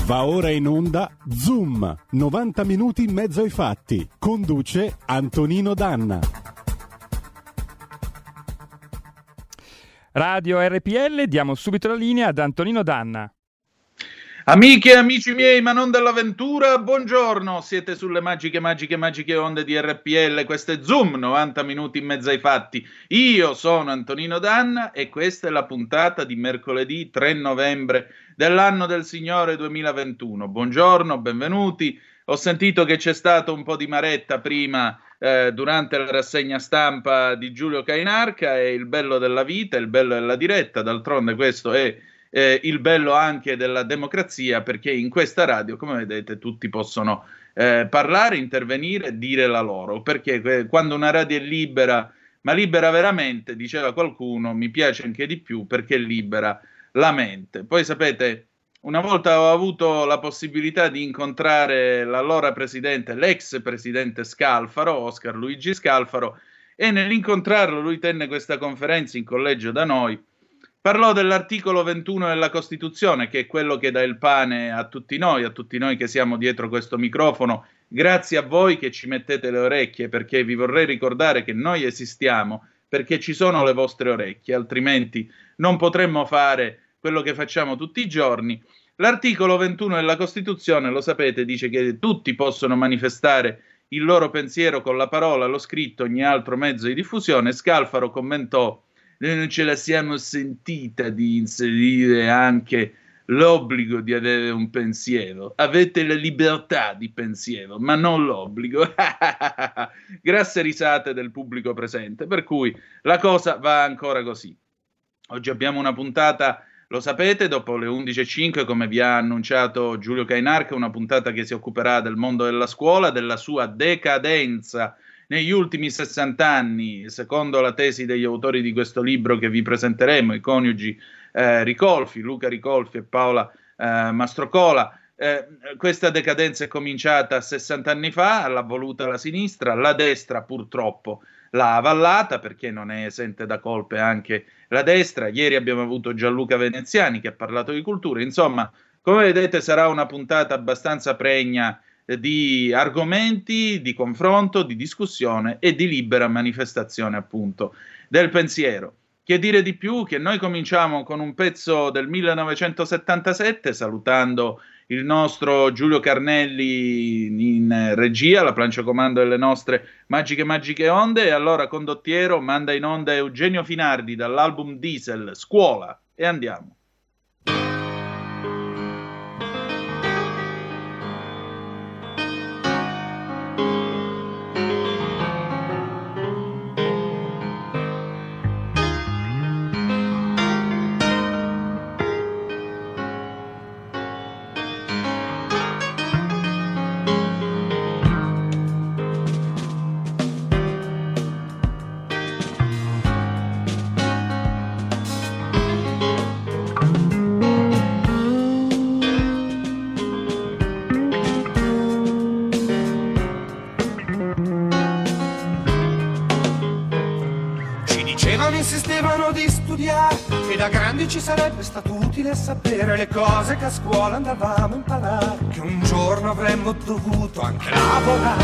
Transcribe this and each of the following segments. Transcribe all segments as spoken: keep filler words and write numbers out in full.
Va ora in onda Zoom, novanta minuti in mezzo ai fatti. Conduce Antonino Danna. Radio R P L, diamo subito la linea ad Antonino Danna. Amiche e amici miei, ma non dell'avventura, buongiorno, siete sulle magiche, magiche, magiche onde di R P L, questo è Zoom, novanta minuti in mezzo ai fatti. Io sono Antonino Danna e questa è la puntata di mercoledì tre novembre dell'anno del Signore duemilaventuno. Buongiorno, benvenuti. Ho sentito che c'è stato un po' di maretta prima eh, durante la rassegna stampa di Giulio Cainarca, è il bello della vita, il bello della diretta, d'altronde questo è Eh, il bello anche della democrazia, perché in questa radio, come vedete, tutti possono eh, parlare, intervenire, dire la loro, perché que- quando una radio è libera, ma libera veramente, diceva qualcuno, mi piace anche di più perché libera la mente. Poi sapete, una volta ho avuto la possibilità di incontrare l'allora presidente, l'ex presidente Scalfaro, Oscar Luigi Scalfaro, e nell'incontrarlo lui tenne questa conferenza in collegio da noi. Parlò dell'articolo ventuno della Costituzione, che è quello che dà il pane a tutti noi, a tutti noi che siamo dietro questo microfono. Grazie a voi che ci mettete le orecchie, perché vi vorrei ricordare che noi esistiamo perché ci sono le vostre orecchie, altrimenti non potremmo fare quello che facciamo tutti i giorni. L'articolo ventuno della Costituzione, lo sapete, dice che tutti possono manifestare il loro pensiero con la parola, lo scritto, ogni altro mezzo di diffusione. Scalfaro commentò: noi non ce la siamo sentita di inserire anche l'obbligo di avere un pensiero. Avete la libertà di pensiero, ma non l'obbligo. Grasse risate del pubblico presente, per cui la cosa va ancora così. Oggi abbiamo una puntata, lo sapete, dopo le undici e cinque, come vi ha annunciato Giulio Cainarca, una puntata che si occuperà del mondo della scuola, della sua decadenza negli ultimi sessanta anni, secondo la tesi degli autori di questo libro che vi presenteremo, i coniugi eh, Ricolfi, Luca Ricolfi e Paola eh, Mastrocola. Eh, questa decadenza è cominciata sessanta anni fa, l'ha voluta la sinistra, la destra purtroppo l'ha avallata, perché non è esente da colpe anche la destra. Ieri abbiamo avuto Gianluca Veneziani che ha parlato di cultura. Insomma, come vedete, sarà una puntata abbastanza pregna di argomenti, di confronto, di discussione e di libera manifestazione, appunto, del pensiero. Che dire di più? Che noi cominciamo con un pezzo del millenovecentosettantasette, salutando il nostro Giulio Carnelli in regia, la plancia comando delle nostre magiche magiche onde, e allora condottiero manda in onda Eugenio Finardi dall'album Diesel, Scuola, e andiamo. Insistevano di studiare, che da grandi ci sarebbe stato utile sapere le cose che a scuola andavamo a imparare, che un giorno avremmo dovuto anche lavorare.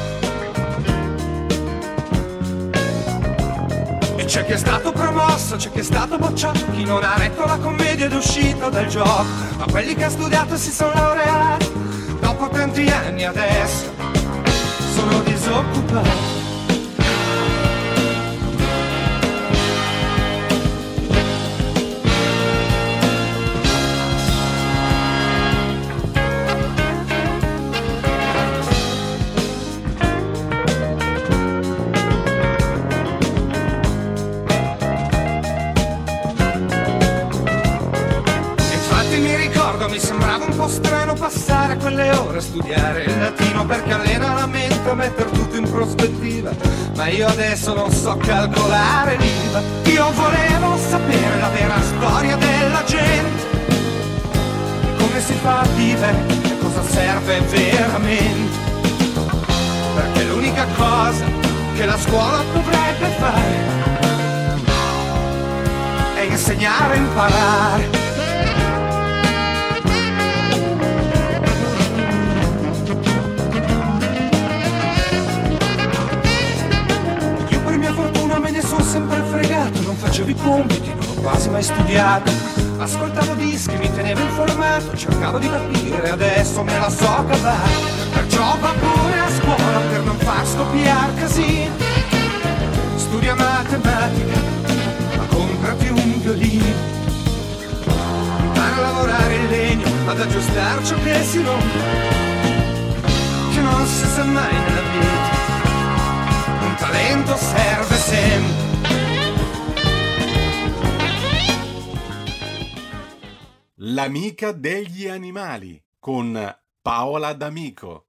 E c'è chi è stato promosso, c'è chi è stato bocciato, chi non ha letto la commedia ed è uscito dal gioco, ma quelli che hanno studiato si sono laureati, dopo tanti anni adesso sono disoccupati. Mi sembrava un po' strano passare quelle ore a studiare il latino, perché allena la mente a mettere tutto in prospettiva, ma io adesso non so calcolare l'I V A. Io volevo sapere la vera storia della gente, come si fa a vivere e cosa serve veramente, perché l'unica cosa che la scuola dovrebbe fare è insegnare a imparare. non facevo i compiti, non ho quasi mai studiato. Ascoltavo dischi, mi tenevo informato, cercavo di capire, adesso me la so cavare. Perciò va pure a scuola per non far scoppiare casini. Studia matematica, ma comprati un violino. Impara a lavorare il legno, ad aggiustare ciò che si rompe, che non si sa mai nella vita. Un talento serve sempre. L'amica degli animali con Paola D'Amico.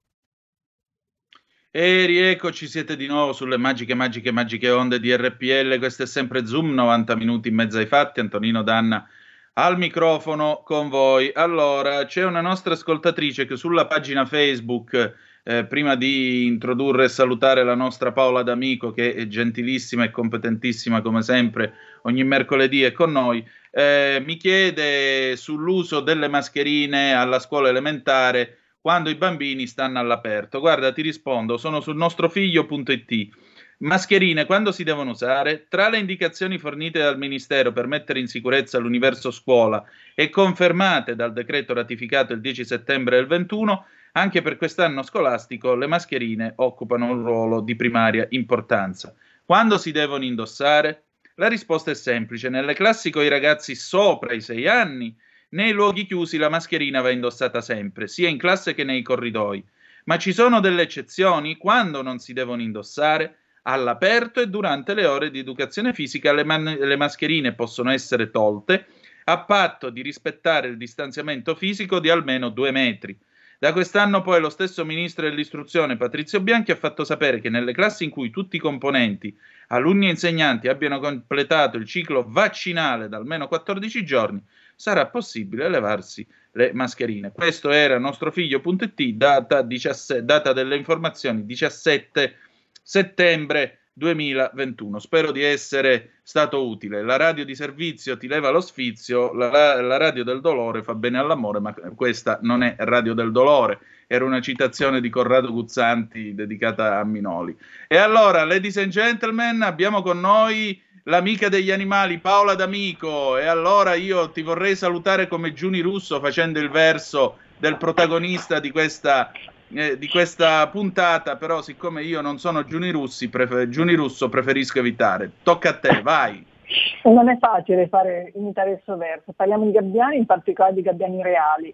E rieccoci, siete di nuovo sulle magiche, magiche, magiche onde di R P L. Questo è sempre Zoom, novanta minuti in mezzo ai fatti. Antonino Danna al microfono con voi. Allora, c'è una nostra ascoltatrice che sulla pagina Facebook, eh, prima di introdurre e salutare la nostra Paola D'Amico, che è gentilissima e competentissima come sempre, ogni mercoledì è con noi, eh, mi chiede sull'uso delle mascherine alla scuola elementare quando i bambini stanno all'aperto. Guarda, ti rispondo, sono sul nostrofiglio punto it. Mascherine quando si devono usare? Tra le indicazioni fornite dal Ministero per mettere in sicurezza l'universo scuola e confermate dal decreto ratificato il dieci settembre del ventuno, anche per quest'anno scolastico le mascherine occupano un ruolo di primaria importanza. Quando si devono indossare? La risposta è semplice: nelle classi con i ragazzi sopra i sei anni, nei luoghi chiusi la mascherina va indossata sempre, sia in classe che nei corridoi. Ma ci sono delle eccezioni? Quando non si devono indossare? All'aperto e durante le ore di educazione fisica le, man- le mascherine possono essere tolte a patto di rispettare il distanziamento fisico di almeno due metri. Da quest'anno poi lo stesso ministro dell'istruzione Patrizio Bianchi ha fatto sapere che nelle classi in cui tutti i componenti, alunni e insegnanti, abbiano completato il ciclo vaccinale da almeno quattordici giorni, sarà possibile levarsi le mascherine. Questo era nostrofiglio punto it, data, diciassette, data delle informazioni diciassette settembre duemilaventuno. Spero di essere stato utile. La radio di servizio ti leva lo sfizio, la, la radio del dolore fa bene all'amore, ma questa non è radio del dolore. Era una citazione di Corrado Guzzanti dedicata a Minoli. E allora, ladies and gentlemen, abbiamo con noi l'amica degli animali, Paola D'Amico. E allora io ti vorrei salutare come Giuni Russo facendo il verso del protagonista di questa Eh, di questa puntata, però siccome io non sono Giuni Russi, prefer- Giuni Russo preferisco evitare. Tocca a te, vai. Non è facile fare imitare il suo verso. Parliamo di gabbiani, in particolare di gabbiani reali,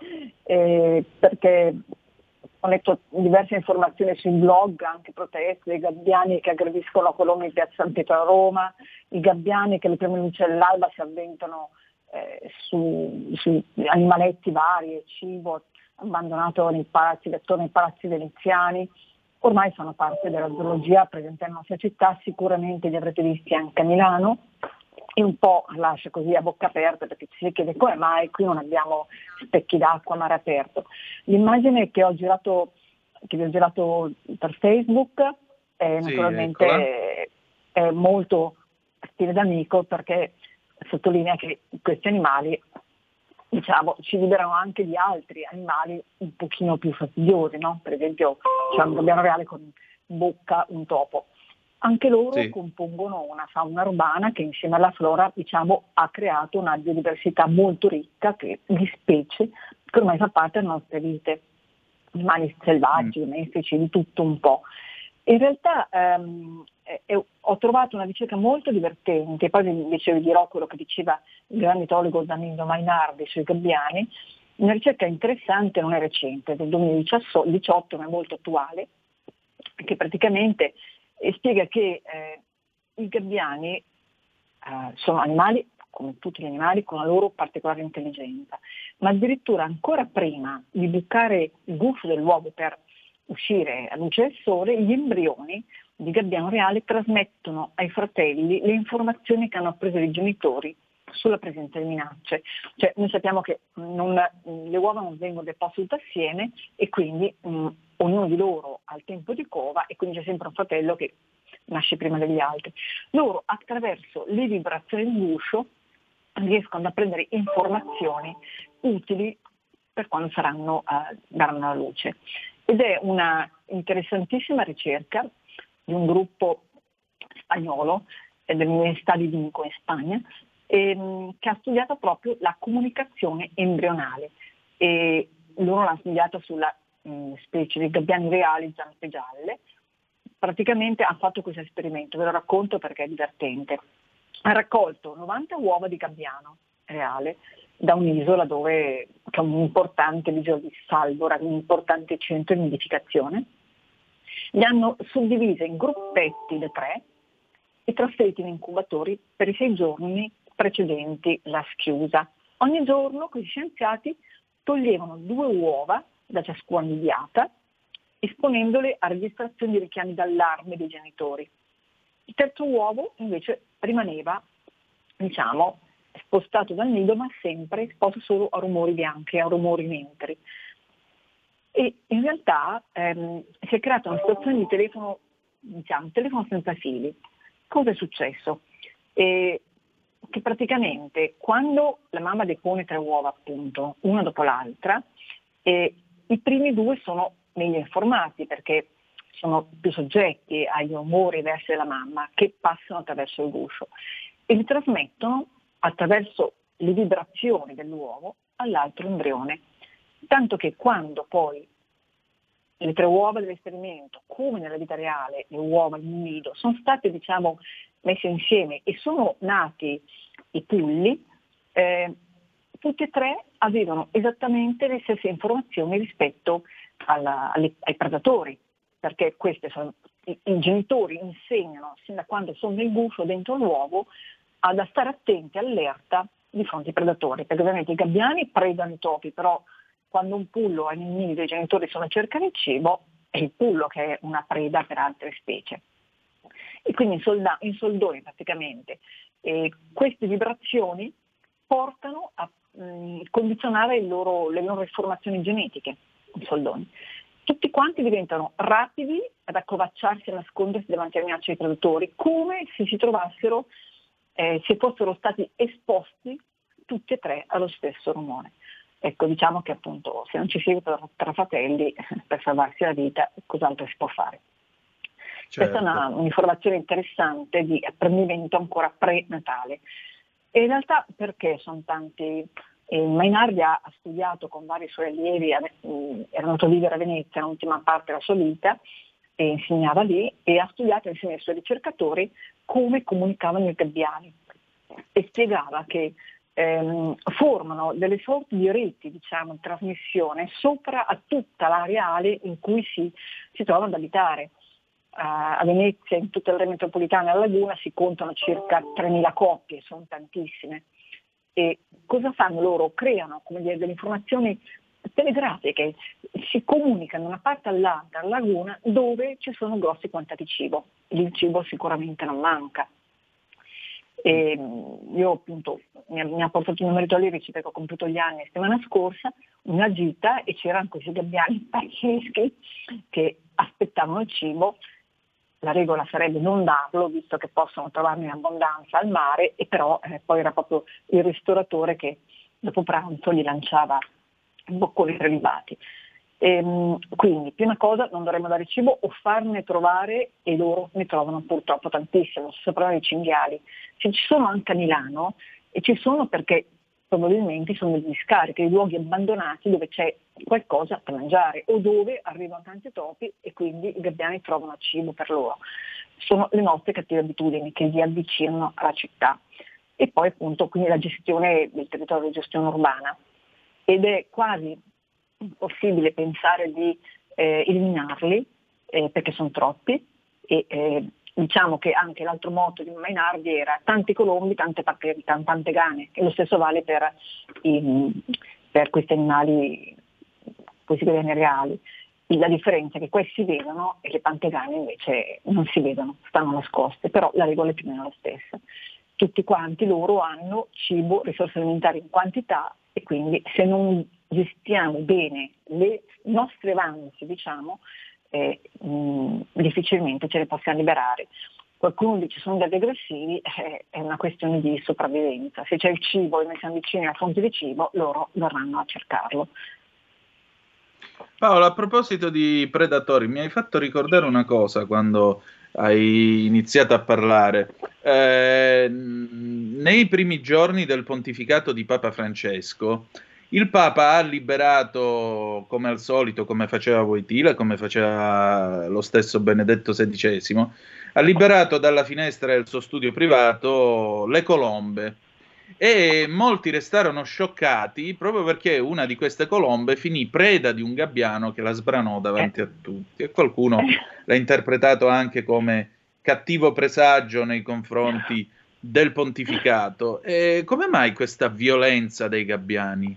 eh, perché ho letto diverse informazioni sui blog, anche proteste dei gabbiani che aggrediscono colombe in piazza San Pietro a Roma, i gabbiani che alle prime luci dell'alba si avventano eh, su, su animaletti vari e cibo abbandonato nei palazzi, attorno ai palazzi veneziani. Ormai sono parte della zoologia presente nella nostra città, sicuramente li avrete visti anche a Milano, e un po' lascia così a bocca aperta perché ci si chiede come mai qui non abbiamo specchi d'acqua a mare aperto. L'immagine che ho girato, che vi ho girato per Facebook è Sì, naturalmente eccola. è, è molto stile d'amico, perché sottolinea che questi animali, diciamo, ci liberano anche di altri animali un pochino più fastidiosi, no? Per esempio c'è un gabbiano reale con in bocca un topo. Anche loro Sì. compongono una fauna urbana che insieme alla flora, diciamo, ha creato una biodiversità molto ricca che, di specie che ormai fa parte delle nostre vite, animali selvaggi, Mm. domestici, di tutto un po'. In realtà ehm, eh, ho trovato una ricerca molto divertente, poi invece vi dirò quello che diceva il grande etologo Danilo Mainardi sui gabbiani. Una ricerca interessante, non è recente, del duemiladiciotto, ma è molto attuale, che praticamente eh, spiega che eh, i gabbiani eh, sono animali, come tutti gli animali, con la loro particolare intelligenza, ma addirittura ancora prima di bucare il guscio dell'uovo per uscire a luce del sole, gli embrioni di gabbiano reale trasmettono ai fratelli le informazioni che hanno appreso i genitori sulla presenza di minacce. Cioè, noi sappiamo che non, le uova non vengono deposte tutte assieme e quindi mh, ognuno di loro ha il tempo di cova e quindi c'è sempre un fratello che nasce prima degli altri. Loro, attraverso le vibrazioni del guscio, riescono a prendere informazioni utili per quando saranno, uh, daranno alla luce. Ed è una interessantissima ricerca di un gruppo spagnolo dell'Università di Vigo in Spagna, ehm, che ha studiato proprio la comunicazione embrionale. E loro l'hanno studiata sulla mh, specie di gabbiani reali zampe gialle. Praticamente ha fatto questo esperimento, ve lo racconto perché è divertente. Ha raccolto novanta uova di gabbiano reale da un'isola dove c'è un importante l'isola di Salvora, un importante centro di nidificazione. Li hanno suddivise in gruppetti le tre e trasferiti in incubatori per i sei giorni precedenti la schiusa. Ogni giorno questi scienziati toglievano due uova da ciascuna nidiata, esponendole a registrazioni di richiami d'allarme dei genitori. Il terzo uovo invece rimaneva, diciamo, spostato dal nido, ma sempre esposto solo a rumori bianchi, a rumori mentri. E in realtà ehm, si è creata una situazione di telefono, diciamo, telefono senza fili. Cosa è successo? Eh, che praticamente quando la mamma depone tre uova, appunto, una dopo l'altra, eh, i primi due sono meglio informati perché sono più soggetti agli umori verso della mamma che passano attraverso il guscio e li trasmettono attraverso le vibrazioni dell'uovo all'altro embrione. Tanto che quando poi le tre uova dell'esperimento, come nella vita reale le uova in un nido, sono state, diciamo, messe insieme e sono nati i pulli, eh, tutti e tre avevano esattamente le stesse informazioni rispetto alla, alle, ai predatori, perché questi sono, i, i genitori insegnano sin da quando sono nel guscio dentro l'uovo ad stare attenti, allerta di fronte ai predatori, perché ovviamente i gabbiani predano i topi, però quando un pullo è nel nido e i genitori sono a cercare il cibo, è il pullo che è una preda per altre specie. E quindi in, solda- in soldoni praticamente eh, queste vibrazioni portano a mh, condizionare il loro, le loro formazioni genetiche, i soldoni. Tutti quanti diventano rapidi ad accovacciarsi e nascondersi davanti alle minacce dei predatori, come se si trovassero, eh, se fossero stati esposti tutti e tre allo stesso rumore. Ecco, diciamo che appunto se non ci si tra, tra fratelli per salvarsi la vita, cos'altro si può fare? Certo. Questa è una, un'informazione interessante di apprendimento ancora pre-natale. E in realtà perché sono tanti? Eh, Mainardi ha, ha studiato con vari suoi allievi, eh, era andato a vivere a Venezia l'ultima parte della sua vita e insegnava lì e ha studiato insieme ai suoi ricercatori come comunicavano i gabbiani e spiegava che ehm, formano delle sorti di reti, diciamo, di trasmissione sopra a tutta l'area reale in cui si, si trovano ad abitare. A Venezia, in tutta l'area metropolitana e alla Laguna si contano circa tremila coppie, sono tantissime. E cosa fanno loro? Creano, come dire, delle informazioni telegrafiche, si comunicano da una parte all'altra, alla Laguna, dove ci sono grossi quantità di cibo. Il cibo sicuramente non manca. E io appunto mi ha, mi ha portato il mio marito all'Irici perché ho compiuto gli anni la settimana scorsa, una gita, e c'erano questi gabbiani pazzeschi che aspettavano il cibo. La regola sarebbe non darlo, visto che possono trovarne in abbondanza al mare, e però eh, poi era proprio il ristoratore che dopo pranzo gli lanciava bocconi prelibati. Ehm, quindi, prima cosa, non dovremmo dare cibo o farne trovare, e loro ne trovano purtroppo tantissimo, sopra i cinghiali. Se ci sono anche a Milano, e ci sono perché probabilmente sono delle discariche, dei luoghi abbandonati dove c'è qualcosa da mangiare o dove arrivano tanti topi e quindi i gabbiani trovano cibo per loro. Sono le nostre cattive abitudini che li avvicinano alla città. E poi appunto quindi la gestione del territorio, la gestione urbana. Ed è quasi impossibile pensare di eh, eliminarli eh, perché sono troppi e eh, diciamo che anche l'altro motto di Mainardi era tanti colombi, tante, tante, tante gane, e lo stesso vale per, i, per questi animali, questi gabbiani reali. La differenza è che questi si vedono e le pantegane invece non si vedono, stanno nascoste, però la regola è più o meno la stessa. Tutti quanti loro hanno cibo, risorse alimentari in quantità, e quindi se non gestiamo bene le nostre avanzi, diciamo, eh, mh, difficilmente ce ne possiamo liberare. Qualcuno dice sono degli aggressivi, eh, è una questione di sopravvivenza. Se c'è il cibo e noi siamo vicini alla fonte di cibo, loro verranno a cercarlo. Paola, a proposito di predatori, mi hai fatto ricordare una cosa quando hai iniziato a parlare. Eh, nei primi giorni del pontificato di Papa Francesco, il Papa ha liberato, come al solito, come faceva Wojtyla, come faceva lo stesso Benedetto sedicesimo, ha liberato dalla finestra del suo studio privato le colombe. E molti restarono scioccati proprio perché una di queste colombe finì preda di un gabbiano che la sbranò davanti a tutti, e qualcuno l'ha interpretato anche come cattivo presagio nei confronti del pontificato. E come mai questa violenza dei gabbiani?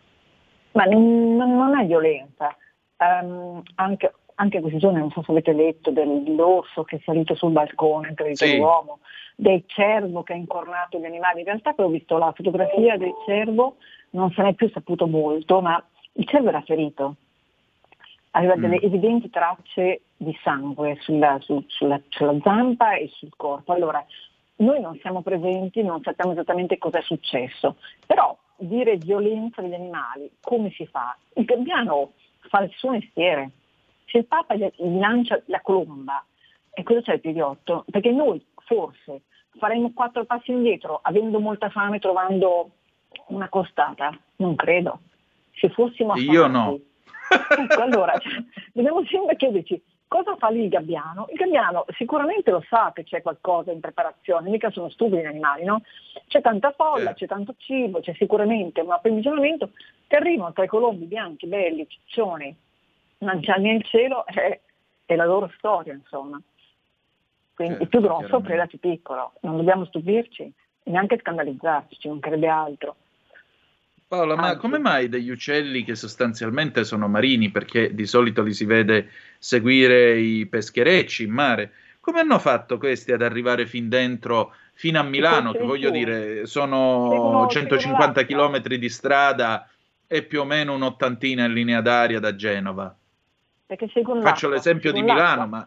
Ma non, non è violenza, um, anche, anche questi giorni, non so se avete letto dell'orso che è salito sul balcone, ha tradito Sì. l'uomo, del cervo che ha incornato gli animali. In realtà poi ho visto la fotografia del cervo, non se ne è più saputo molto, ma il cervo era ferito, aveva mm. delle evidenti tracce di sangue sulla, su, sulla, sulla zampa e sul corpo. Allora, noi non siamo presenti, non sappiamo esattamente cosa è successo, però dire violenza degli animali, come si fa? Il gabbiano fa il suo mestiere. Se il Papa gli, gli lancia la colomba, e cosa c'è il pidiotto? Perché noi forse faremmo quattro passi indietro, avendo molta fame, trovando una costata? Non credo. Se fossimo affamati. Io no. Ecco, allora, cioè, dobbiamo sempre chiederci cosa fa lì il gabbiano. Il gabbiano sicuramente lo sa che c'è qualcosa in preparazione, mica sono stupidi gli animali, no? C'è tanta folla, eh. c'è tanto cibo, c'è sicuramente un approvvigionamento, che arrivano tra i colombi bianchi, belli, ciccioni, lanciati nel cielo, è, è la loro storia, insomma. Quindi certo, il più grosso preda più piccolo, non dobbiamo stupirci e neanche scandalizzarci, ci mancherebbe altro. Paola, ma Anzi. come mai degli uccelli che sostanzialmente sono marini, perché di solito li si vede seguire i pescherecci in mare, come hanno fatto questi ad arrivare fin dentro, fino a Milano, che voglio dire, sono seguono, centocinquanta seguono chilometri di strada e più o meno un'ottantina in linea d'aria da Genova? Perché seguono Faccio l'acqua, l'esempio di seguono Milano, l'acqua. ma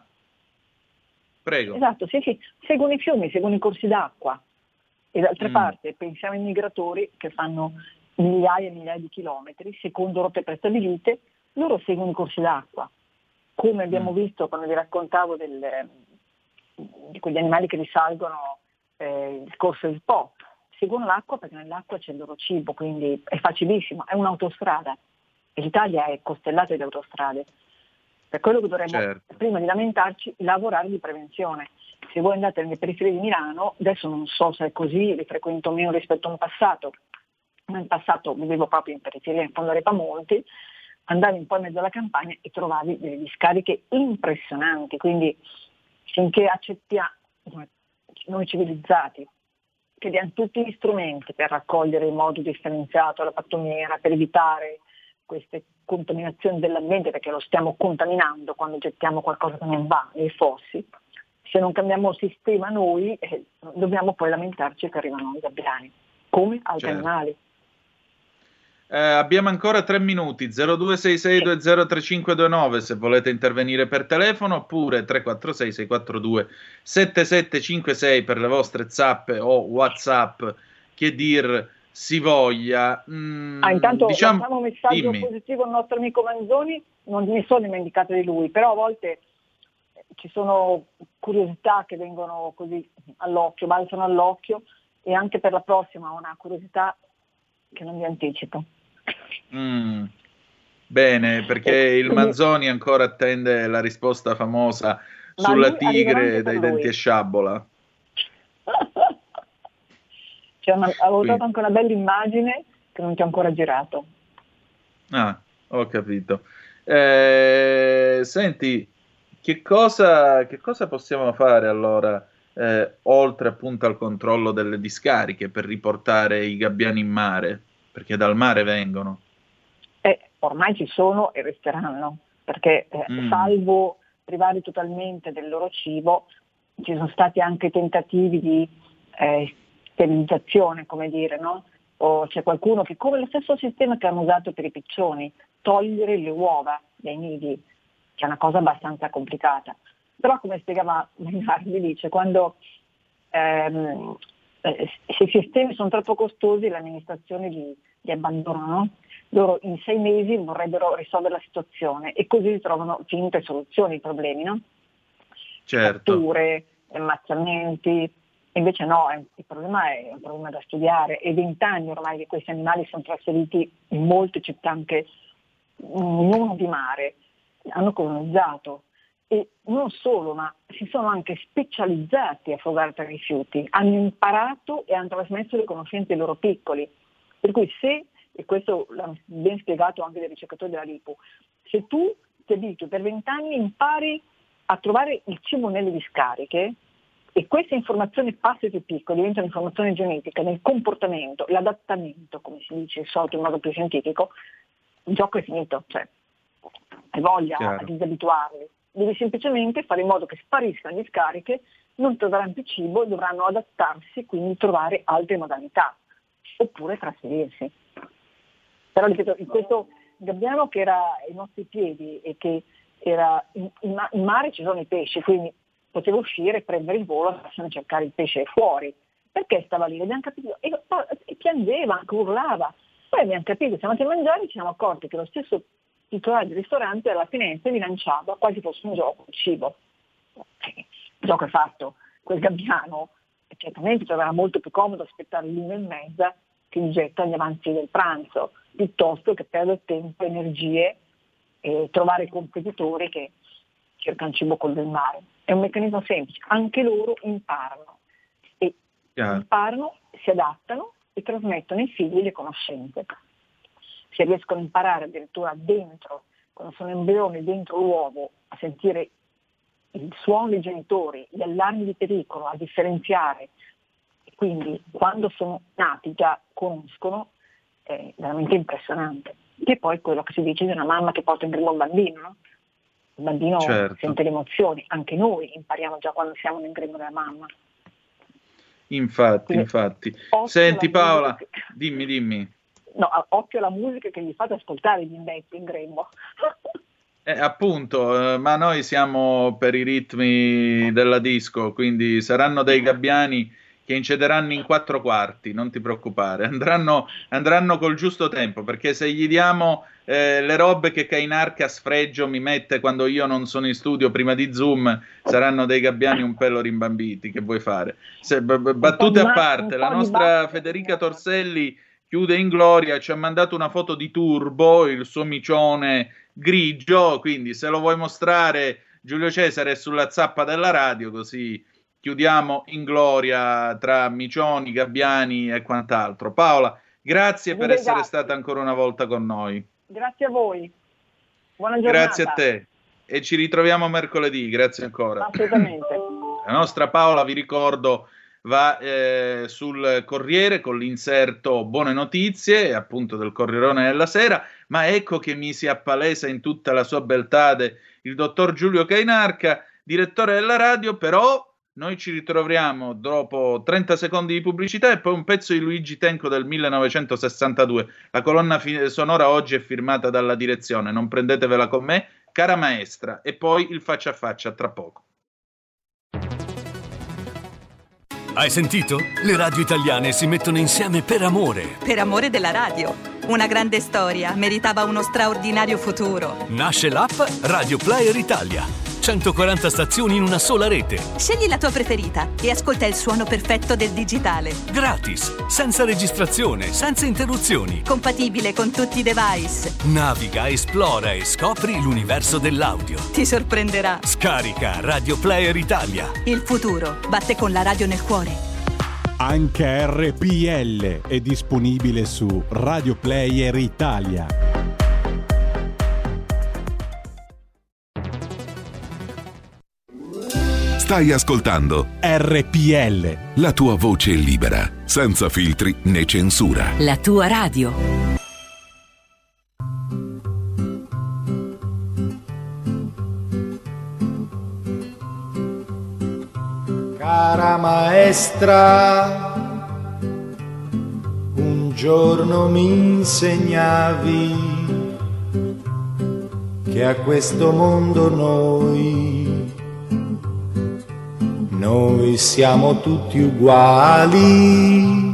prego. Esatto, sì, sì, seguono i fiumi, seguono i corsi d'acqua. E d'altra Mm. parte pensiamo ai migratori che fanno migliaia e migliaia di chilometri, secondo rotte prestabilite, loro seguono i corsi d'acqua. Come abbiamo Mm. visto quando vi raccontavo del, di quegli animali che risalgono eh, il corso del Po, seguono l'acqua perché nell'acqua c'è il loro cibo, quindi è facilissimo, è un'autostrada. E l'Italia è costellata di autostrade. Per quello che dovremmo, Certo. prima di lamentarci, lavorare di prevenzione. Se voi andate nelle periferie di Milano, adesso non so se è così, li frequento meno rispetto a un passato, ma in passato vivevo proprio in periferia, in fondo a Repamonti, andavi un po' in mezzo alla campagna e trovavi delle discariche impressionanti, quindi finché accettiamo, noi civilizzati, che diamo tutti gli strumenti per raccogliere in modo differenziato la pattumiera, per evitare queste contaminazioni dell'ambiente, perché lo stiamo contaminando quando gettiamo qualcosa che non va nei fossi, se non cambiamo il sistema noi eh, dobbiamo poi lamentarci che arrivano i gabbiani, come altri Certo. animali. Eh, abbiamo ancora tre minuti, zero due sei sei due zero tre cinque due nove se volete intervenire per telefono, oppure tre quattro sei sei quattro due sette sette cinque sei per le vostre zappe o WhatsApp, che dir si voglia. Mm, ah, intanto diciamo, lanciamo un messaggio dimmi. positivo al nostro amico Manzoni, non mi sono dimenticata di lui, però a volte ci sono curiosità che vengono così all'occhio, balzano all'occhio, e anche per la prossima ho una curiosità che non vi anticipo. Mm. Bene, perché il Manzoni ancora attende la risposta famosa Ma sulla lui arriverà tigre anche per dai lui. denti a sciabola. C'è una, avevo Qui. trovato anche una bella immagine che non ti ho ancora girato. Ah, ho capito. Eh, senti, che cosa, che cosa possiamo fare allora, eh, oltre appunto al controllo delle discariche, per riportare i gabbiani in mare? Perché dal mare vengono. Eh, ormai ci sono e resteranno, perché eh, Mm. salvo privare totalmente del loro cibo, ci sono stati anche tentativi di eh, sterilizzazione, come dire, no? O c'è qualcuno che, come lo stesso sistema che hanno usato per i piccioni, togliere le uova dai nidi, che è una cosa abbastanza complicata. Però, come spiegava Mainardi, dice, quando ehm, eh, se i sistemi sono troppo costosi, le amministrazioni li, li abbandonano. Loro in sei mesi vorrebbero risolvere la situazione e così trovano finte soluzioni ai problemi, no? certo. catture, ammazzamenti. Invece no, il problema è un problema da studiare. È vent'anni ormai che questi animali sono trasferiti in molte città anche non di mare, hanno colonizzato. E non solo, ma si sono anche specializzati a frugare tra i rifiuti, hanno imparato e hanno trasmesso le conoscenze ai loro piccoli. Per cui se, e questo l'ha ben spiegato anche dai ricercatori della Lipu, se tu ti abitui per vent'anni impari a trovare il cibo nelle discariche e questa informazione passa ai tuoi piccoli, diventa un'informazione genetica nel comportamento, l'adattamento, come si dice solito in modo più scientifico, il gioco è finito, cioè hai voglia Chiaro. a disabituarli. Devi semplicemente fare in modo che spariscano le discariche, non troveranno più cibo e dovranno adattarsi, quindi trovare altre modalità, oppure trasferirsi. Però ripeto, in questo gabbiano che era ai nostri piedi e che era in, in, in mare ci sono i pesci, quindi poteva uscire, prendere il volo e andarsene a cercare il pesce fuori. Perché stava lì? Abbiamo capito, e, e piangeva, anche urlava. Poi abbiamo capito, siamo andati a mangiare e ci siamo accorti che lo stesso titolare del ristorante alla finestra vi lanciava quasi fosse un gioco, il cibo. Il gioco è fatto, quel gabbiano certamente troverà molto più comodo aspettare l'una e mezza che gli getta agli avanzi del pranzo, piuttosto che perdere tempo, energie e trovare competitori che cercano cibo con del mare. È un meccanismo semplice, anche loro imparano e Chiaro. imparano, si adattano e trasmettono ai figli le conoscenze. Se riescono a imparare addirittura dentro, quando sono embrioni dentro l'uovo, a sentire il suono dei genitori, gli allarmi di pericolo, a differenziare, e quindi quando sono nati già conoscono, è veramente impressionante. Che poi è quello che si dice di una mamma che porta in grembo un bambino, no? Il bambino certo. sente le emozioni, anche noi impariamo già quando siamo nel grembo della mamma. Infatti, quindi, infatti. Senti Paola, che... dimmi, dimmi. No, occhio alla musica che gli fate ascoltare gli imbetti in grembo. Eh, appunto, eh, ma noi siamo per i ritmi della disco, quindi saranno dei gabbiani che incederanno in quattro quarti, non ti preoccupare, andranno, andranno col giusto tempo, perché se gli diamo eh, le robe che Kainarca a sfregio mi mette quando io non sono in studio prima di Zoom, saranno dei gabbiani un pelo rimbambiti, che vuoi fare? Se, b- b- battute a parte, la nostra Federica Torselli chiude in gloria, ci ha mandato una foto di Turbo, il suo micione grigio, quindi se lo vuoi mostrare Giulio Cesare è sulla zappa della radio, così chiudiamo in gloria tra micioni, gabbiani e quant'altro. Paola, grazie per essere grazie. stata ancora una volta con noi. Grazie a voi. Buona giornata. Grazie a te. E ci ritroviamo mercoledì. Grazie ancora. Assolutamente. La nostra Paola, vi ricordo, va eh, sul Corriere con l'inserto Buone Notizie, appunto del Corrierone della Sera, ma ecco che mi si appalesa in tutta la sua beltà il dottor Giulio Kainarca, direttore della radio. Però noi ci ritroviamo dopo trenta secondi di pubblicità e poi un pezzo di Luigi Tenco del millenovecentosessantadue. La colonna fi- sonora oggi è firmata dalla direzione, non prendetevela con me, cara maestra, e poi il faccia a faccia tra poco. Hai sentito? Le radio italiane si mettono insieme per amore. Per amore della radio. Una grande storia meritava uno straordinario futuro. Nasce l'app Radio Player Italia. centoquaranta stazioni in una sola rete. Scegli la tua preferita e ascolta il suono perfetto del digitale. Gratis, senza registrazione, senza interruzioni. Compatibile con tutti i device. Naviga, esplora e scopri l'universo dell'audio. Ti sorprenderà. Scarica Radio Player Italia. Il futuro batte con la radio nel cuore. Anche R P L è disponibile su Radio Player Italia. Stai ascoltando R P L, la tua voce libera, senza filtri né censura. La tua radio. Cara maestra, un giorno mi insegnavi che a questo mondo noi, noi siamo tutti uguali.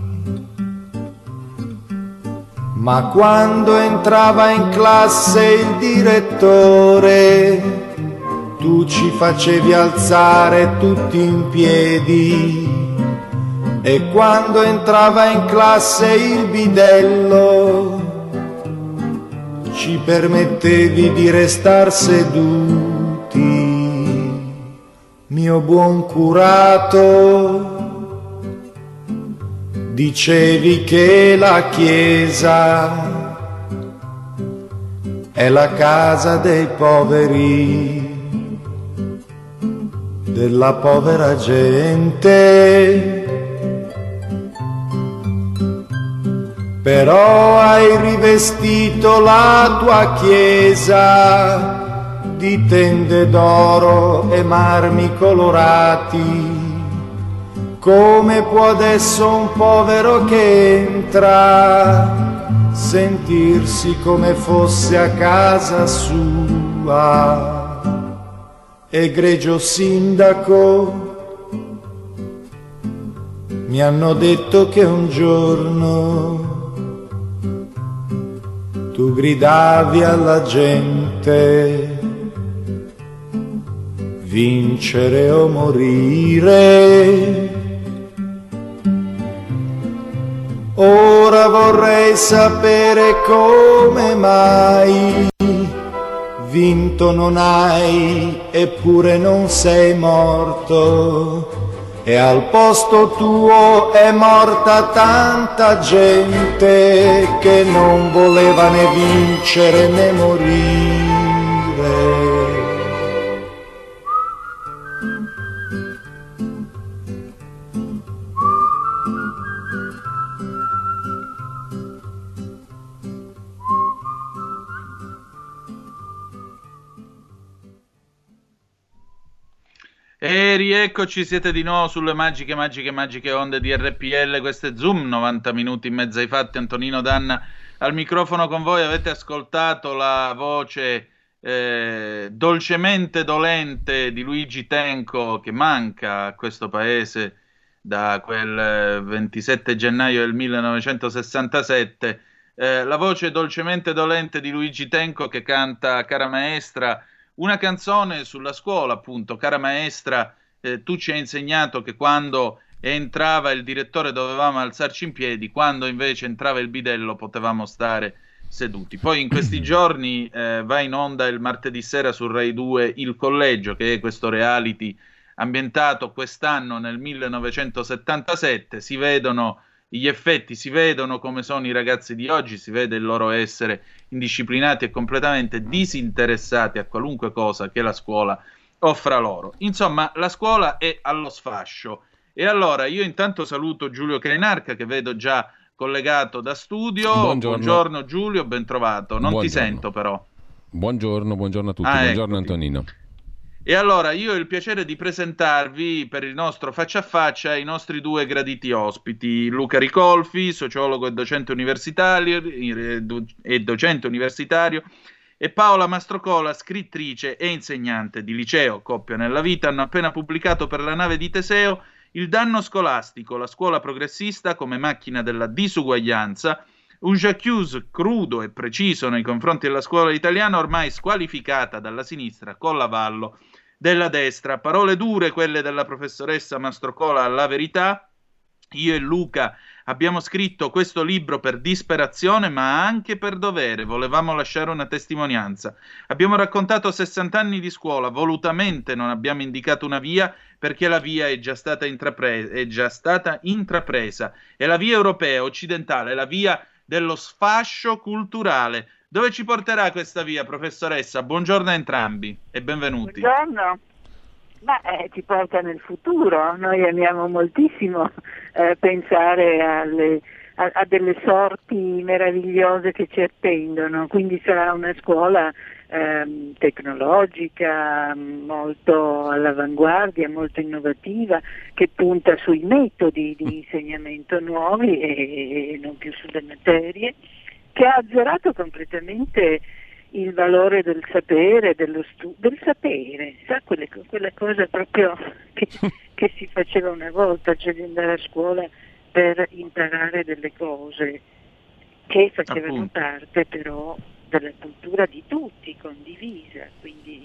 Ma quando entrava in classe il direttore tu ci facevi alzare tutti in piedi e quando entrava in classe il bidello ci permettevi di restar seduti. Mio buon curato, dicevi che la chiesa è la casa dei poveri, della povera gente. Però hai rivestito la tua chiesa di tende d'oro e marmi colorati. Come può adesso un povero che entra sentirsi come fosse a casa sua? Egregio sindaco, mi hanno detto che un giorno tu gridavi alla gente, vincere o morire. Ora vorrei sapere come mai vinto non hai, eppure non sei morto. E al posto tuo è morta tanta gente che non voleva né vincere né morire. E rieccoci, siete di nuovo sulle magiche, magiche, magiche onde di R P L. Questo è Zoom, novanta minuti in mezzo ai fatti. Antonino Danna al microfono con voi. Avete ascoltato la voce eh, dolcemente dolente di Luigi Tenco, che manca a questo paese da quel ventisette gennaio del millenovecentosessantasette. Eh, la voce dolcemente dolente di Luigi Tenco che canta Cara Maestra, una canzone sulla scuola, appunto. Cara maestra, eh, tu ci hai insegnato che quando entrava il direttore dovevamo alzarci in piedi, quando invece entrava il bidello potevamo stare seduti. Poi in questi giorni eh, va in onda il martedì sera su Rai due Il Collegio, che è questo reality ambientato quest'anno nel millenovecentosettantasette. Si vedono gli effetti, si vedono come sono i ragazzi di oggi, si vede il loro essere indisciplinati e completamente disinteressati a qualunque cosa che la scuola offra loro. Insomma, la scuola è allo sfascio. E allora io intanto saluto Giulio Cainarca, che vedo già collegato da studio. Buongiorno, buongiorno Giulio, ben trovato. Non buongiorno. Ti sento però. Buongiorno, buongiorno a tutti, Ah, buongiorno eccoti. Antonino. E allora io ho il piacere di presentarvi per il nostro faccia a faccia i nostri due graditi ospiti: Luca Ricolfi, sociologo e docente universitario e docente universitario, e Paola Mastrocola, scrittrice e insegnante di liceo. Coppia nella vita, hanno appena pubblicato per la nave di Teseo Il danno scolastico, la scuola progressista come macchina della disuguaglianza, un j'accuse crudo e preciso nei confronti della scuola italiana ormai squalificata dalla sinistra con l'avallo della destra. Parole dure quelle della professoressa Mastrocola alla Verità. Io e Luca abbiamo scritto questo libro per disperazione ma anche per dovere, volevamo lasciare una testimonianza. Abbiamo raccontato sessanta anni di scuola, volutamente non abbiamo indicato una via perché la via è già stata intrapresa, è già stata intrapresa. È la via europea, occidentale, la via dello sfascio culturale. Dove ci porterà questa via, professoressa? Buongiorno a entrambi e benvenuti. Buongiorno. Ma eh, ci porta nel futuro. Noi amiamo moltissimo eh, pensare alle, a, a delle sorti meravigliose che ci attendono, quindi sarà una scuola ehm, tecnologica, molto all'avanguardia, molto innovativa, che punta sui metodi di insegnamento nuovi e, e non più sulle materie, che ha azzerato completamente il valore del sapere, dello stu- del sapere, sa quelle, quella cosa proprio che, che si faceva una volta, cioè di andare a scuola per imparare delle cose che facevano Appunto. parte però della cultura di tutti, condivisa, quindi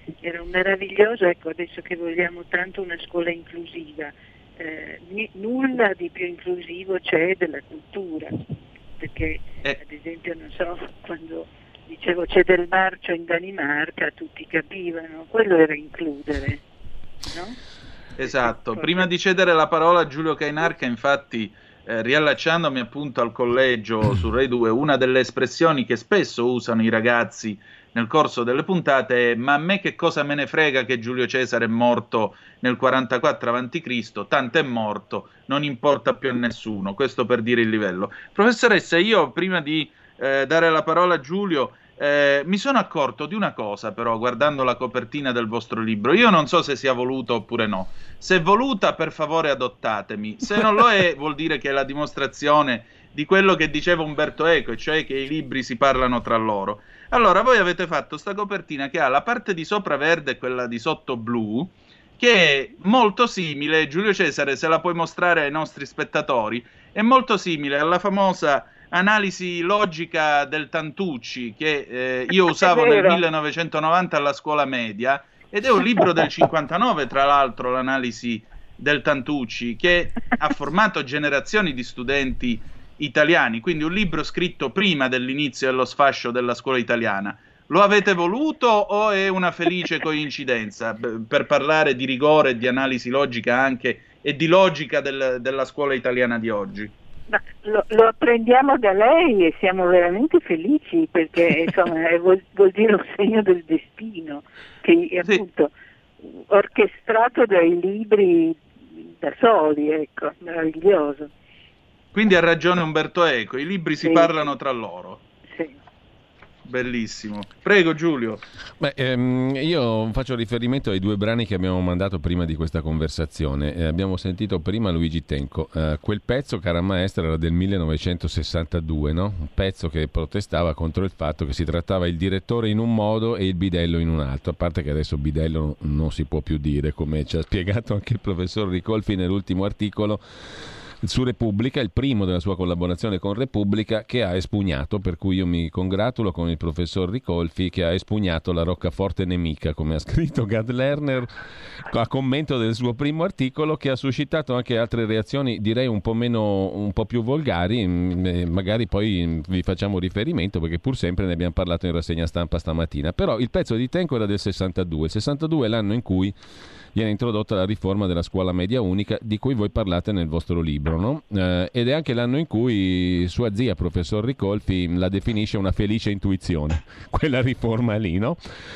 era un meraviglioso, ecco, adesso che vogliamo tanto una scuola inclusiva, eh, n- nulla di più inclusivo c'è della cultura, perché eh. ad esempio, non so, quando dicevo c'è del marcio in Danimarca, tutti capivano, quello era includere, no? Esatto, prima di cedere la parola a Giulio Cainarca, infatti, eh, riallacciandomi appunto al collegio su Rai due, una delle espressioni che spesso usano i ragazzi nel corso delle puntate è: ma a me che cosa me ne frega che Giulio Cesare è morto nel quarantaquattro avanti Cristo, tanto è morto, non importa più a nessuno. Questo per dire il livello. Professoressa, io prima di eh, dare la parola a Giulio, Eh, mi sono accorto di una cosa, però, guardando la copertina del vostro libro. Io non so se sia voluta oppure no. Se è voluta, per favore adottatemi. Se non lo è, vuol dire che è la dimostrazione di quello che diceva Umberto Eco, cioè che i libri si parlano tra loro. Allora, voi avete fatto sta copertina che ha la parte di sopra verde e quella di sotto blu, che è molto simile, Giulio Cesare, se la puoi mostrare ai nostri spettatori, è molto simile alla famosa analisi logica del Tantucci che eh, io usavo nel millenovecentonovanta alla scuola media, ed è un libro del cinquantanove, tra l'altro, l'analisi del Tantucci, che ha formato generazioni di studenti italiani, quindi un libro scritto prima dell'inizio dello sfascio della scuola italiana. Lo avete voluto o è una felice coincidenza, per parlare di rigore e di analisi logica anche e di logica del, della scuola italiana di oggi? Ma lo, lo apprendiamo da lei e siamo veramente felici, perché insomma è, vuol, vuol dire un segno del destino che è appunto sì. orchestrato dai libri da soli, ecco, meraviglioso. Quindi ha ragione Umberto Eco, i libri si sì. parlano tra loro. Sì. Bellissimo. Prego Giulio. Beh, ehm, io faccio riferimento ai due brani che abbiamo mandato prima di questa conversazione. Eh, abbiamo sentito prima Luigi Tenco. Eh, quel pezzo, cara maestra, era del millenovecentosessantadue, no? Un pezzo che protestava contro il fatto che si trattava il direttore in un modo e il bidello in un altro. A parte che adesso bidello non si può più dire, come ci ha spiegato anche il professor Ricolfi nell'ultimo articolo su Repubblica, il primo della sua collaborazione con Repubblica, che ha espugnato, per cui io mi congratulo con il professor Ricolfi che ha espugnato la roccaforte nemica, come ha scritto Gad Lerner a commento del suo primo articolo, che ha suscitato anche altre reazioni, direi un po' meno, un po' più volgari. Magari poi vi facciamo riferimento, perché pur sempre ne abbiamo parlato in rassegna stampa stamattina. Però il pezzo di Tenco era del sessantadue, il sessantadue è l'anno in cui viene introdotta la riforma della scuola media unica, di cui voi parlate nel vostro libro, no? Eh, ed è anche l'anno in cui sua zia, professor Ricolfi, la definisce una felice intuizione, quella riforma lì, no?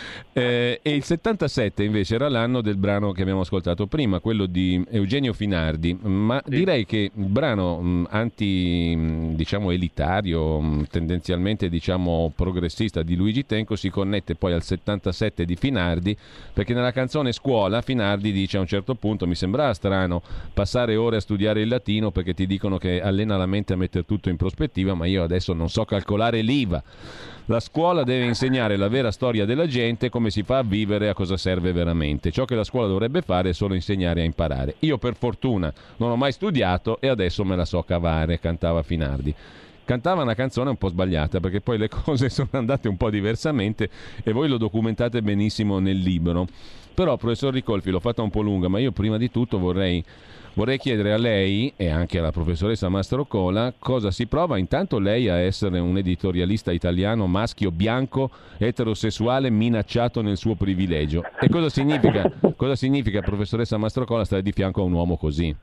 Eh, e il settantasette invece era l'anno del brano che abbiamo ascoltato prima, quello di Eugenio Finardi, ma sì. direi che il brano mh, anti, mh, diciamo, elitario, mh, tendenzialmente, diciamo, progressista di Luigi Tenco si connette poi al settantasette di Finardi, perché nella canzone Scuola Finardi dice a un certo punto: mi sembrava strano passare ore a studiare il latino perché ti dicono che allena la mente a mettere tutto in prospettiva, ma io adesso non so calcolare l'I V A. La scuola deve insegnare la vera storia della gente, come si fa a vivere, a cosa serve veramente. Ciò che la scuola dovrebbe fare è solo insegnare a imparare. Io per fortuna non ho mai studiato e adesso me la so cavare, cantava Finardi. Cantava una canzone un po' sbagliata, perché poi le cose sono andate un po' diversamente e voi lo documentate benissimo nel libro. Però, professor Ricolfi, l'ho fatta un po' lunga, ma io prima di tutto vorrei, vorrei chiedere a lei e anche alla professoressa Mastrocola cosa si prova intanto lei a essere un editorialista italiano maschio, bianco, eterosessuale, minacciato nel suo privilegio. E cosa significa, cosa significa, professoressa Mastrocola, stare di fianco a un uomo così?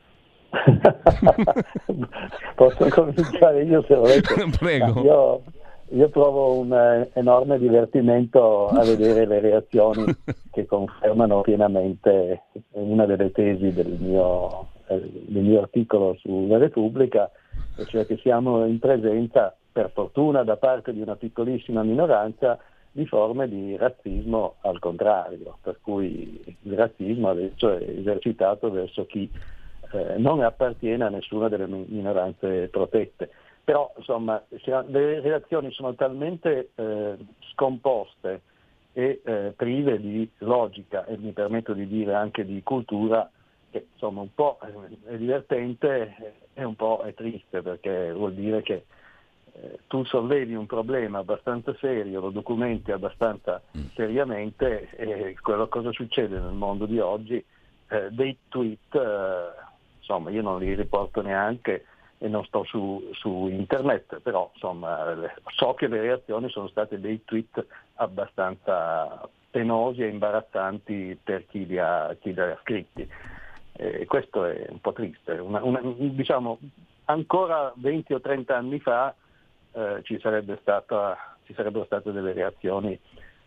Posso cominciare io, se volete? Prego. Io, io provo un enorme divertimento a vedere le reazioni che confermano pienamente una delle tesi del mio, del mio articolo sulla Repubblica, e cioè che siamo in presenza, per fortuna da parte di una piccolissima minoranza, di forme di razzismo al contrario, per cui il razzismo adesso è esercitato verso chi Eh, non appartiene a nessuna delle minoranze protette. Però insomma le relazioni sono talmente eh, scomposte e eh, prive di logica, e mi permetto di dire anche di cultura, che insomma un po' è divertente e un po' è triste, perché vuol dire che eh, tu sollevi un problema abbastanza serio, lo documenti abbastanza seriamente, e quello cosa succede nel mondo di oggi, eh, dei tweet, eh, insomma io non li riporto neanche e non sto su, su internet, però insomma so che le reazioni sono state dei tweet abbastanza penosi e imbarazzanti per chi li ha, chi li ha scritti. Eh, questo è un po' triste. Una, una, diciamo, ancora venti o trenta anni fa eh, ci sarebbe stata, ci sarebbero state delle reazioni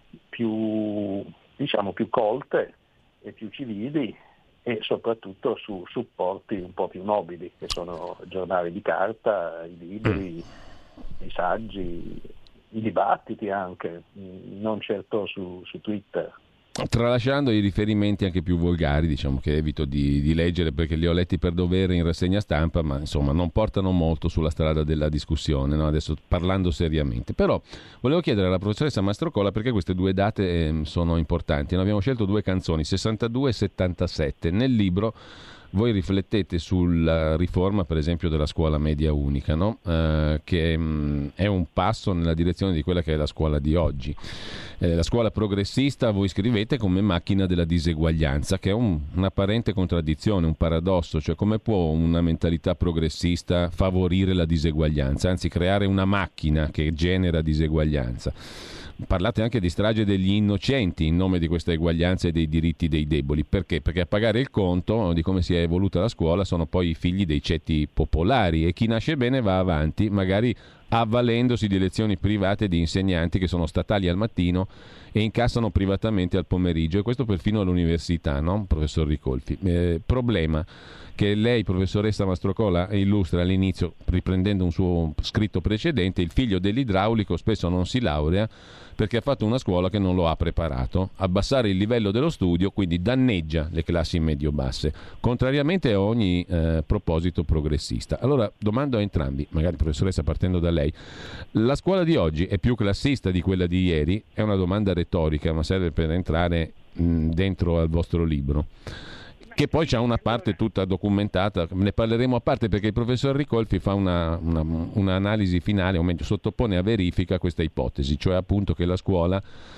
più, diciamo, più colte e più civili, e soprattutto su supporti un po' più nobili, che sono giornali di carta, i libri, i saggi, i dibattiti anche, non certo su, su Twitter. Tralasciando i riferimenti anche più volgari, diciamo, che evito di, di leggere perché li ho letti per dovere in rassegna stampa, ma insomma non portano molto sulla strada della discussione, no? Adesso parlando seriamente. Però volevo chiedere alla professoressa Mastrocola perché queste due date eh, sono importanti. Noi abbiamo scelto due canzoni, sessantadue e settantasette. Nel libro voi riflettete sulla riforma, per esempio, della scuola media unica, no? eh, che mh, è un passo nella direzione di quella che è la scuola di oggi. Eh, la scuola progressista, voi scrivete, come macchina della diseguaglianza, che è un, un'apparente contraddizione, un paradosso. Cioè, come può una mentalità progressista favorire la diseguaglianza, anzi creare una macchina che genera diseguaglianza? Parlate anche di strage degli innocenti in nome di questa eguaglianza e dei diritti dei deboli. Perché? Perché a pagare il conto di come si è evoluta la scuola sono poi i figli dei ceti popolari, e chi nasce bene va avanti, magari avvalendosi di lezioni private di insegnanti che sono statali al mattino e incassano privatamente al pomeriggio, e questo perfino all'università, no, professor Ricolfi? Eh, problema che lei, professoressa Mastrocola, illustra all'inizio riprendendo un suo scritto precedente: il figlio dell'idraulico spesso non si laurea perché ha fatto una scuola che non lo ha preparato. Abbassare il livello dello studio quindi danneggia le classi medio-basse, contrariamente a ogni eh, proposito progressista. Allora domando a entrambi, magari professoressa partendo da lei: la scuola di oggi è più classista di quella di ieri? È una domanda retorica, ma serve per entrare mh, dentro al vostro libro, che poi c'ha una parte tutta documentata, ne parleremo a parte, perché il professor Ricolfi fa una, una, un'analisi finale, o meglio sottopone a verifica questa ipotesi, cioè appunto che la scuola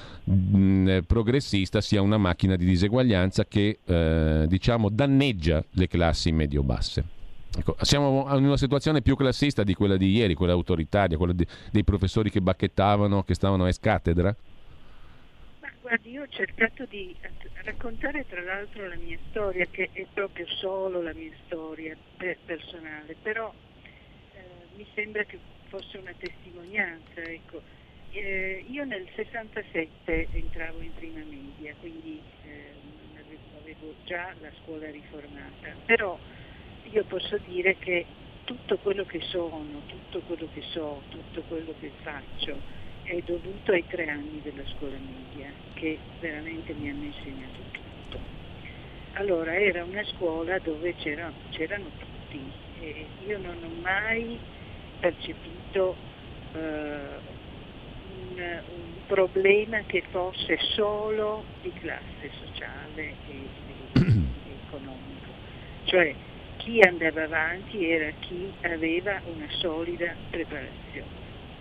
mh, progressista sia una macchina di diseguaglianza che eh, diciamo danneggia le classi medio-basse. Ecco, siamo in una situazione più classista di quella di ieri, quella autoritaria, quella di, dei professori che bacchettavano, che stavano ex cattedra? Guardi, io ho cercato di raccontare tra l'altro la mia storia, che è proprio solo la mia storia personale, però eh, mi sembra che fosse una testimonianza. Ecco. Eh, io nel sessantasette entravo in prima media, quindi eh, avevo, avevo già la scuola riformata, però io posso dire che tutto quello che sono, tutto quello che so, tutto quello che faccio è dovuto ai tre anni della scuola media, che veramente mi hanno insegnato tutto. Allora, era una scuola dove c'era, c'erano tutti, e io non ho mai percepito uh, un, un problema che fosse solo di classe sociale e, e, e economico. Cioè, chi andava avanti era chi aveva una solida preparazione.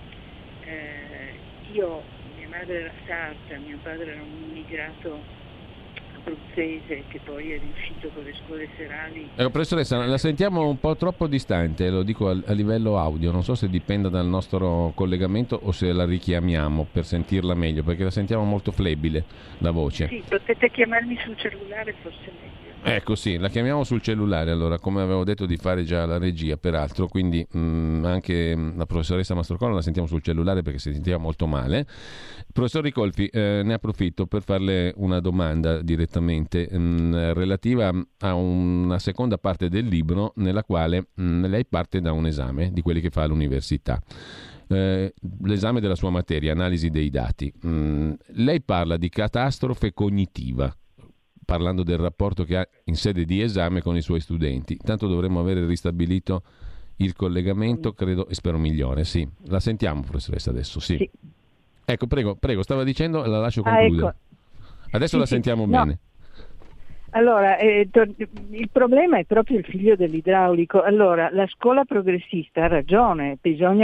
Eh, io, mia madre era sarda, mio padre era un immigrato abruzzese che poi è riuscito con le scuole serali. Eh, professoressa, la sentiamo un po' troppo distante, lo dico a, a livello audio, non so se dipenda dal nostro collegamento o se la richiamiamo per sentirla meglio, perché la sentiamo molto flebile la voce. Sì, potete chiamarmi sul cellulare, forse meglio. Ecco, sì, la chiamiamo sul cellulare, allora, come avevo detto di fare già la regia, peraltro, quindi mh, anche mh, la professoressa Mastrocola la sentiamo sul cellulare perché si sentiva molto male. Professor Ricolfi, eh, ne approfitto per farle una domanda direttamente mh, relativa a una seconda parte del libro nella quale mh, lei parte da un esame di quelli che fa all'università. Eh, l'esame della sua materia, analisi dei dati. Mm, lei parla di catastrofe cognitiva, parlando del rapporto che ha in sede di esame con i suoi studenti. Tanto dovremmo avere ristabilito il collegamento, credo, e spero migliore. Sì, la sentiamo, professoressa, adesso. Sì. Sì. Ecco, prego, prego, stava dicendo, la lascio concludere. Ah, ecco. Adesso sì, la sentiamo sì. bene. No. Allora, eh, il problema è proprio il figlio dell'idraulico. Allora, la scuola progressista ha ragione, bisogna che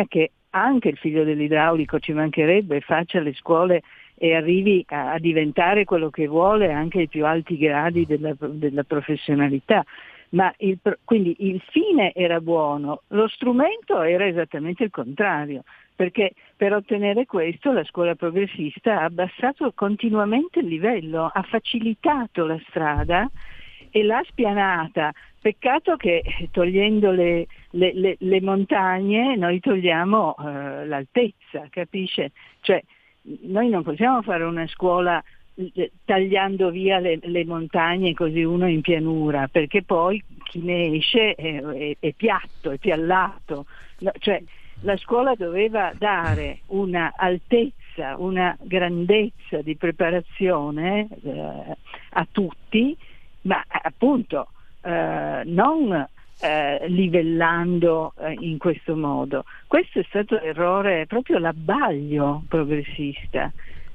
anche il figlio dell'idraulico, ci mancherebbe, faccia le scuole e arrivi a, a diventare quello che vuole anche ai più alti gradi della, della professionalità. Ma il, quindi il fine era buono, lo strumento era esattamente il contrario, perché per ottenere questo la scuola progressista ha abbassato continuamente il livello, ha facilitato la strada e l'ha spianata. Peccato che togliendo le, le, le, le montagne noi togliamo eh, l'altezza, capisce? Cioè noi non possiamo fare una scuola tagliando via le, le montagne così uno in pianura, perché poi chi ne esce è, è, è piatto, è piallato. No, cioè la scuola doveva dare una altezza, una grandezza di preparazione eh, a tutti, ma appunto eh, non eh, livellando eh, in questo modo. Questo è stato l'errore, proprio l'abbaglio progressista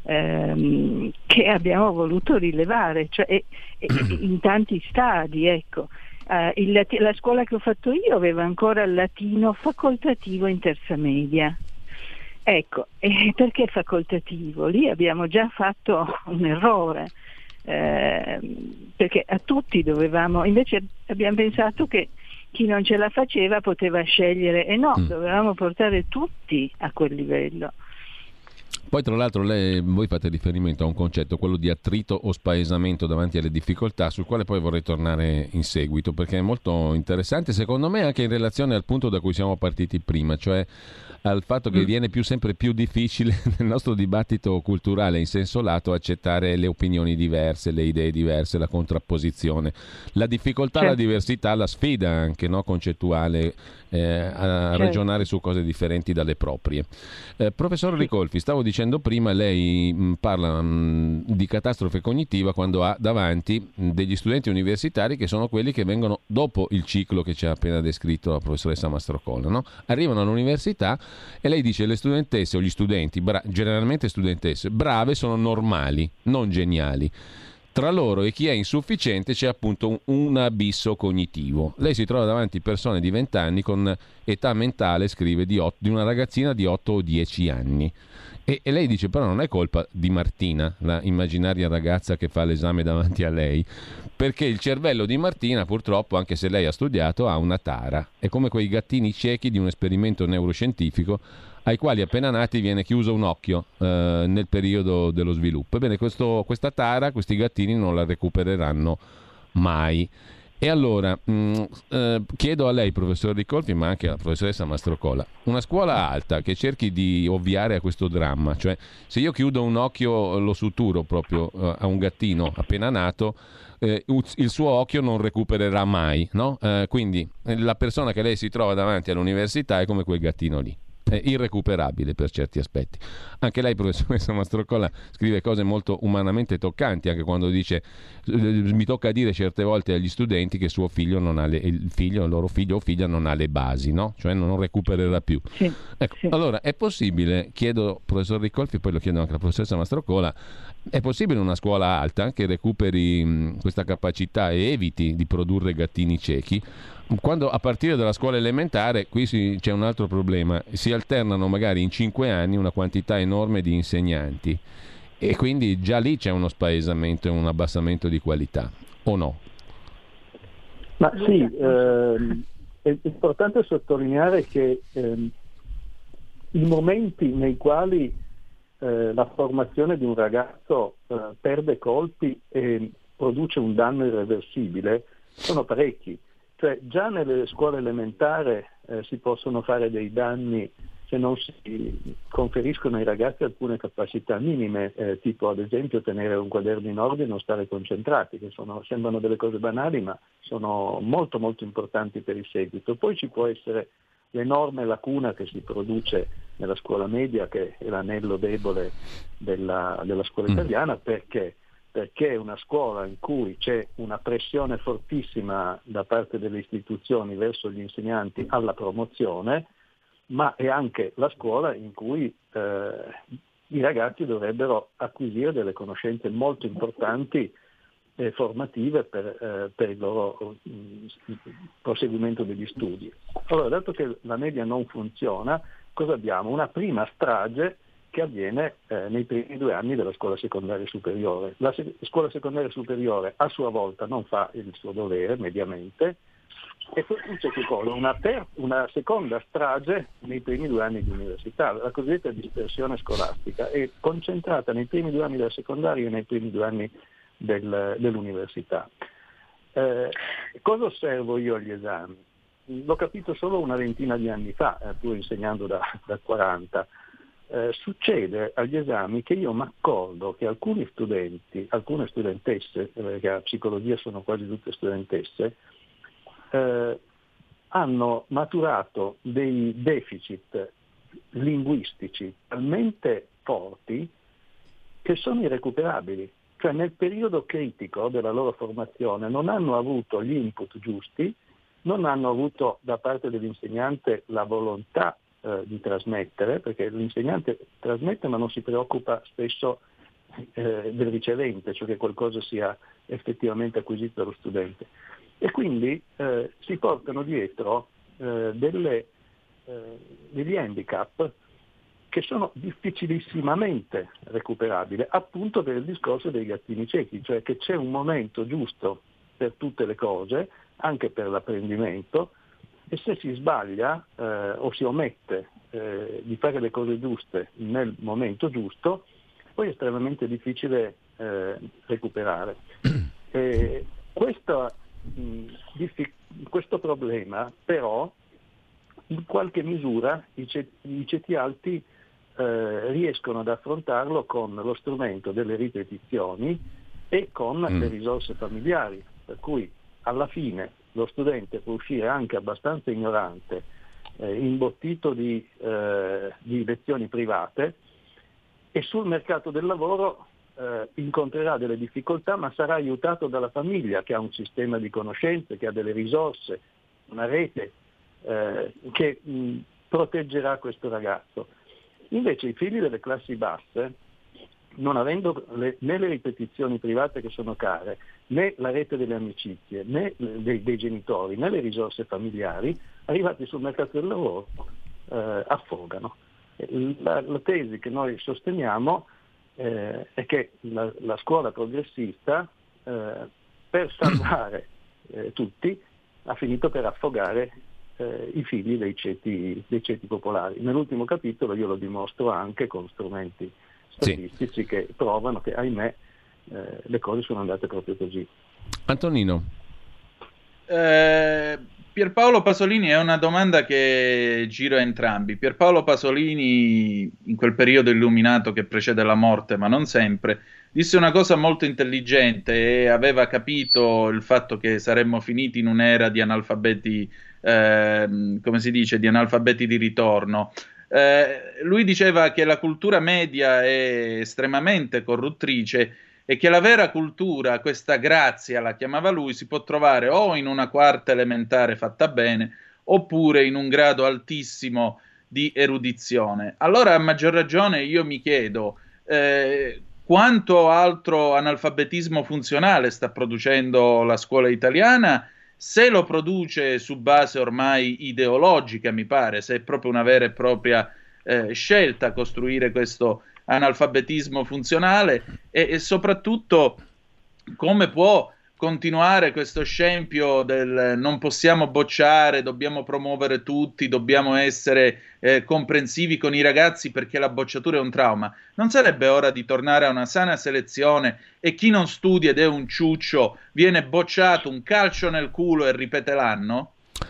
ehm, che abbiamo voluto rilevare, cioè e, e, in tanti stadi, ecco. Uh, il, la scuola che ho fatto io aveva ancora il latino facoltativo in terza media. Ecco, e perché facoltativo? Lì abbiamo già fatto un errore, eh, perché a tutti dovevamo, invece abbiamo pensato che chi non ce la faceva poteva scegliere, e no, mm. dovevamo portare tutti a quel livello. Poi tra l'altro lei, voi fate riferimento a un concetto, quello di attrito o spaesamento davanti alle difficoltà, sul quale poi vorrei tornare in seguito, perché è molto interessante secondo me anche in relazione al punto da cui siamo partiti prima, cioè al fatto che diviene più sempre più difficile nel nostro dibattito culturale in senso lato accettare le opinioni diverse, le idee diverse, la contrapposizione, la difficoltà, certo. La diversità, la sfida anche, no, concettuale eh, a certo. ragionare su cose differenti dalle proprie. Eh, professor Ricolfi, stavo dicendo prima, lei mh, parla mh, di catastrofe cognitiva quando ha davanti mh, degli studenti universitari che sono quelli che vengono dopo il ciclo che ci ha appena descritto la professoressa Mastrocolla, no? Arrivano all'università e lei dice le studentesse o gli studenti, bra- generalmente studentesse, brave sono normali, non geniali. Tra loro e chi è insufficiente c'è appunto un, un abisso cognitivo. Lei si trova davanti persone di venti anni con età mentale, scrive, di, otto, di una ragazzina di otto o dieci anni. E, e lei dice però non è colpa di Martina, la immaginaria ragazza che fa l'esame davanti a lei, perché il cervello di Martina purtroppo, anche se lei ha studiato, ha una tara. È come quei gattini ciechi di un esperimento neuroscientifico ai quali appena nati viene chiuso un occhio eh, nel periodo dello sviluppo. Ebbene, questo, questa tara, questi gattini non la recupereranno mai. E allora mh, eh, chiedo a lei, professor Ricolfi, ma anche alla professoressa Mastrocolla, una scuola alta che cerchi di ovviare a questo dramma, cioè se io chiudo un occhio lo suturo proprio eh, a un gattino appena nato, eh, il suo occhio non recupererà mai, no? Eh, quindi eh, la persona che lei si trova davanti all'università è come quel gattino lì. È irrecuperabile per certi aspetti. Anche lei, professoressa Mastrocolla, scrive cose molto umanamente toccanti, anche quando dice mi tocca dire certe volte agli studenti che suo figlio non ha le, il figlio, il loro figlio o figlia non ha le basi, no? Cioè non recupererà più. Sì, ecco, sì. Allora è possibile, chiedo professor Ricolfi, poi lo chiedo anche alla professoressa Mastrocolla, è possibile una scuola alta che recuperi mh, questa capacità e eviti di produrre gattini ciechi? Quando a partire dalla scuola elementare qui si, c'è un altro problema, si alternano magari in cinque anni una quantità enorme di insegnanti e quindi già lì c'è uno spaesamento e un abbassamento di qualità, o no? Ma sì, ehm, è importante sottolineare che ehm, i momenti nei quali eh, la formazione di un ragazzo eh, perde colpi e produce un danno irreversibile sono parecchi. Cioè già nelle scuole elementari eh, si possono fare dei danni se non si conferiscono ai ragazzi alcune capacità minime, eh, tipo ad esempio tenere un quaderno in ordine e non stare concentrati, che sono, sembrano delle cose banali ma sono molto molto importanti per il seguito. Poi ci può essere l'enorme lacuna che si produce nella scuola media, che è l'anello debole della, della scuola italiana, perché perché è una scuola in cui c'è una pressione fortissima da parte delle istituzioni verso gli insegnanti alla promozione, ma è anche la scuola in cui eh, i ragazzi dovrebbero acquisire delle conoscenze molto importanti e formative per, eh, per il loro mh, proseguimento degli studi. Allora, dato che la media non funziona, cosa abbiamo? Una prima strage che avviene eh, nei primi due anni della scuola secondaria superiore. La se- scuola secondaria superiore a sua volta non fa il suo dovere mediamente e produce che cosa? Una, ter- una seconda strage nei primi due anni di università. La cosiddetta dispersione scolastica è concentrata nei primi due anni della secondaria e nei primi due anni del, dell'università. Eh, cosa osservo io agli esami? L'ho capito solo una ventina di anni fa, eh, pur insegnando da, da quaranta. Eh, succede agli esami che io mi accorgo che alcuni studenti, alcune studentesse, perché a psicologia sono quasi tutte studentesse, eh, hanno maturato dei deficit linguistici talmente forti che sono irrecuperabili. Cioè nel periodo critico della loro formazione non hanno avuto gli input giusti, non hanno avuto da parte dell'insegnante la volontà eh, di trasmettere, perché l'insegnante trasmette ma non si preoccupa spesso eh, del ricevente, cioè che qualcosa sia effettivamente acquisito dallo studente. E quindi eh, si portano dietro eh, delle, eh, degli handicap che sono difficilissimamente recuperabili, appunto per il discorso dei gattini ciechi, cioè che c'è un momento giusto per tutte le cose, anche per l'apprendimento, e se si sbaglia eh, o si omette eh, di fare le cose giuste nel momento giusto, poi è estremamente difficile eh, recuperare. E questa, mh, diffic- questo problema però in qualche misura i, ce- i ceti alti eh, riescono ad affrontarlo con lo strumento delle ripetizioni e con mm. le risorse familiari, per cui alla fine lo studente può uscire anche abbastanza ignorante, eh, imbottito di, eh, di lezioni private, e sul mercato del lavoro eh, incontrerà delle difficoltà, ma sarà aiutato dalla famiglia che ha un sistema di conoscenze, che ha delle risorse, una rete eh, che mh, proteggerà questo ragazzo. Invece i figli delle classi basse, non avendo le, né le ripetizioni private che sono care, né la rete delle amicizie, né dei, dei genitori, né le risorse familiari, arrivati sul mercato del lavoro eh, affogano. La, la tesi che noi sosteniamo eh, è che la, la scuola progressista eh, per salvare eh, tutti ha finito per affogare eh, i figli dei ceti, dei ceti popolari. Nell'ultimo capitolo io lo dimostro anche con strumenti statistici sì. che provano che, ahimè, eh, le cose sono andate proprio così. Antonino. Eh, Pierpaolo Pasolini, è una domanda che giro a entrambi. Pierpaolo Pasolini, in quel periodo illuminato che precede la morte, ma non sempre, disse una cosa molto intelligente e aveva capito il fatto che saremmo finiti in un'era di analfabeti, eh, come si dice, di analfabeti di ritorno. Eh, lui diceva che la cultura media è estremamente corruttrice e che la vera cultura, questa grazia la chiamava lui, si può trovare o in una quarta elementare fatta bene oppure in un grado altissimo di erudizione. Allora a maggior ragione io mi chiedo eh, quanto altro analfabetismo funzionale sta producendo la scuola italiana, se lo produce su base ormai ideologica, mi pare, se è proprio una vera e propria eh, scelta costruire questo analfabetismo funzionale e, e soprattutto come può continuare questo scempio del non possiamo bocciare, dobbiamo promuovere tutti, dobbiamo essere eh, comprensivi con i ragazzi perché la bocciatura è un trauma. Non sarebbe ora di tornare a una sana selezione e chi non studia ed è un ciuccio viene bocciato, un calcio nel culo e ripete l'anno?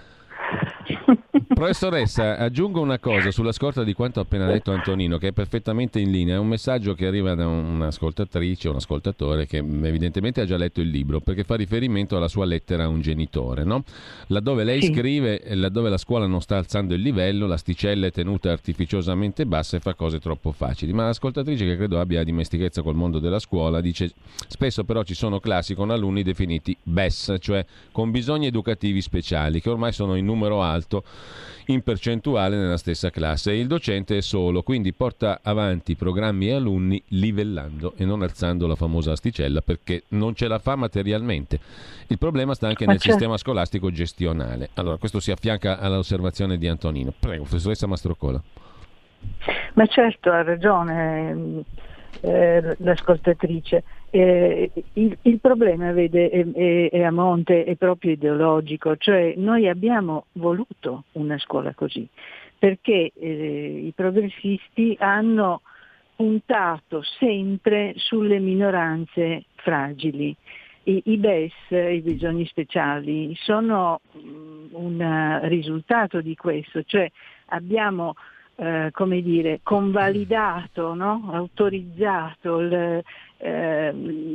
Professoressa, aggiungo una cosa sulla scorta di quanto ha appena detto Antonino, che è perfettamente in linea. È un messaggio che arriva da un'ascoltatrice o un ascoltatore che evidentemente ha già letto il libro, perché fa riferimento alla sua lettera a un genitore, no? Laddove lei sì. scrive, laddove la scuola non sta alzando il livello, l'asticella è tenuta artificiosamente bassa e fa cose troppo facili. Ma l'ascoltatrice, che credo abbia dimestichezza col mondo della scuola, dice spesso però ci sono classi con alunni definiti B E S, cioè con bisogni educativi speciali, che ormai sono in numero alto in percentuale nella stessa classe e il docente è solo, quindi porta avanti programmi e alunni livellando e non alzando la famosa asticella perché non ce la fa materialmente. Il problema sta anche nel sistema scolastico gestionale. Allora, questo si affianca all'osservazione di Antonino. Prego, professoressa Mastrocola. Ma certo, ha ragione eh, l'ascoltatrice. Eh, il, il problema, vede, è, è, è a monte, è proprio ideologico, cioè noi abbiamo voluto una scuola così, perché eh, i progressisti hanno puntato sempre sulle minoranze fragili. I, i B E S, i bisogni speciali, sono un risultato di questo, cioè abbiamo eh, come dire, convalidato, no? autorizzato il, eh,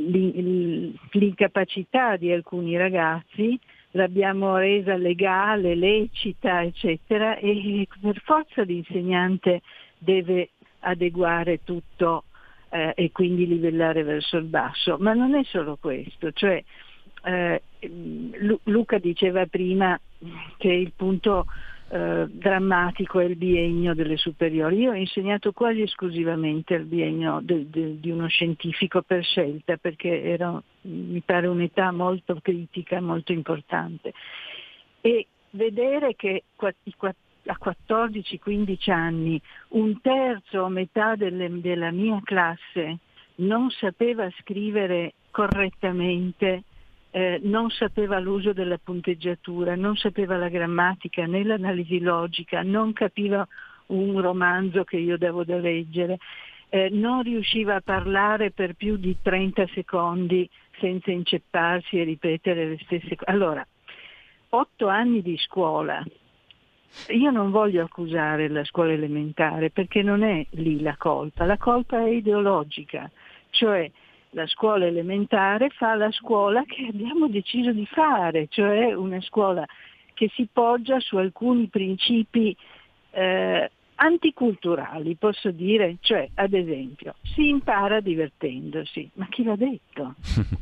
l'incapacità di alcuni ragazzi, l'abbiamo resa legale, lecita, eccetera, e per forza l'insegnante deve adeguare tutto eh, e quindi livellare verso il basso. Ma non è solo questo, cioè eh, Lu- Luca diceva prima che il punto eh, drammatico è il biennio delle superiori. Io ho insegnato quasi esclusivamente il biennio de- de- di uno scientifico per scelta, perché era, mi pare, un'età molto critica, molto importante, e vedere che qua- i quattro a quattordici quindici anni un terzo o metà delle, della mia classe non sapeva scrivere correttamente, eh, non sapeva l'uso della punteggiatura, non sapeva la grammatica né l'analisi logica, non capiva un romanzo che io davo da leggere, eh, non riusciva a parlare per più di trenta secondi senza incepparsi e ripetere le stesse cose. Allora, otto anni di scuola. Io non voglio accusare la scuola elementare, perché non è lì la colpa, la colpa è ideologica, cioè la scuola elementare fa la scuola che abbiamo deciso di fare, cioè una scuola che si poggia su alcuni principi eh, anticulturali, posso dire, cioè ad esempio si impara divertendosi, ma chi l'ha detto?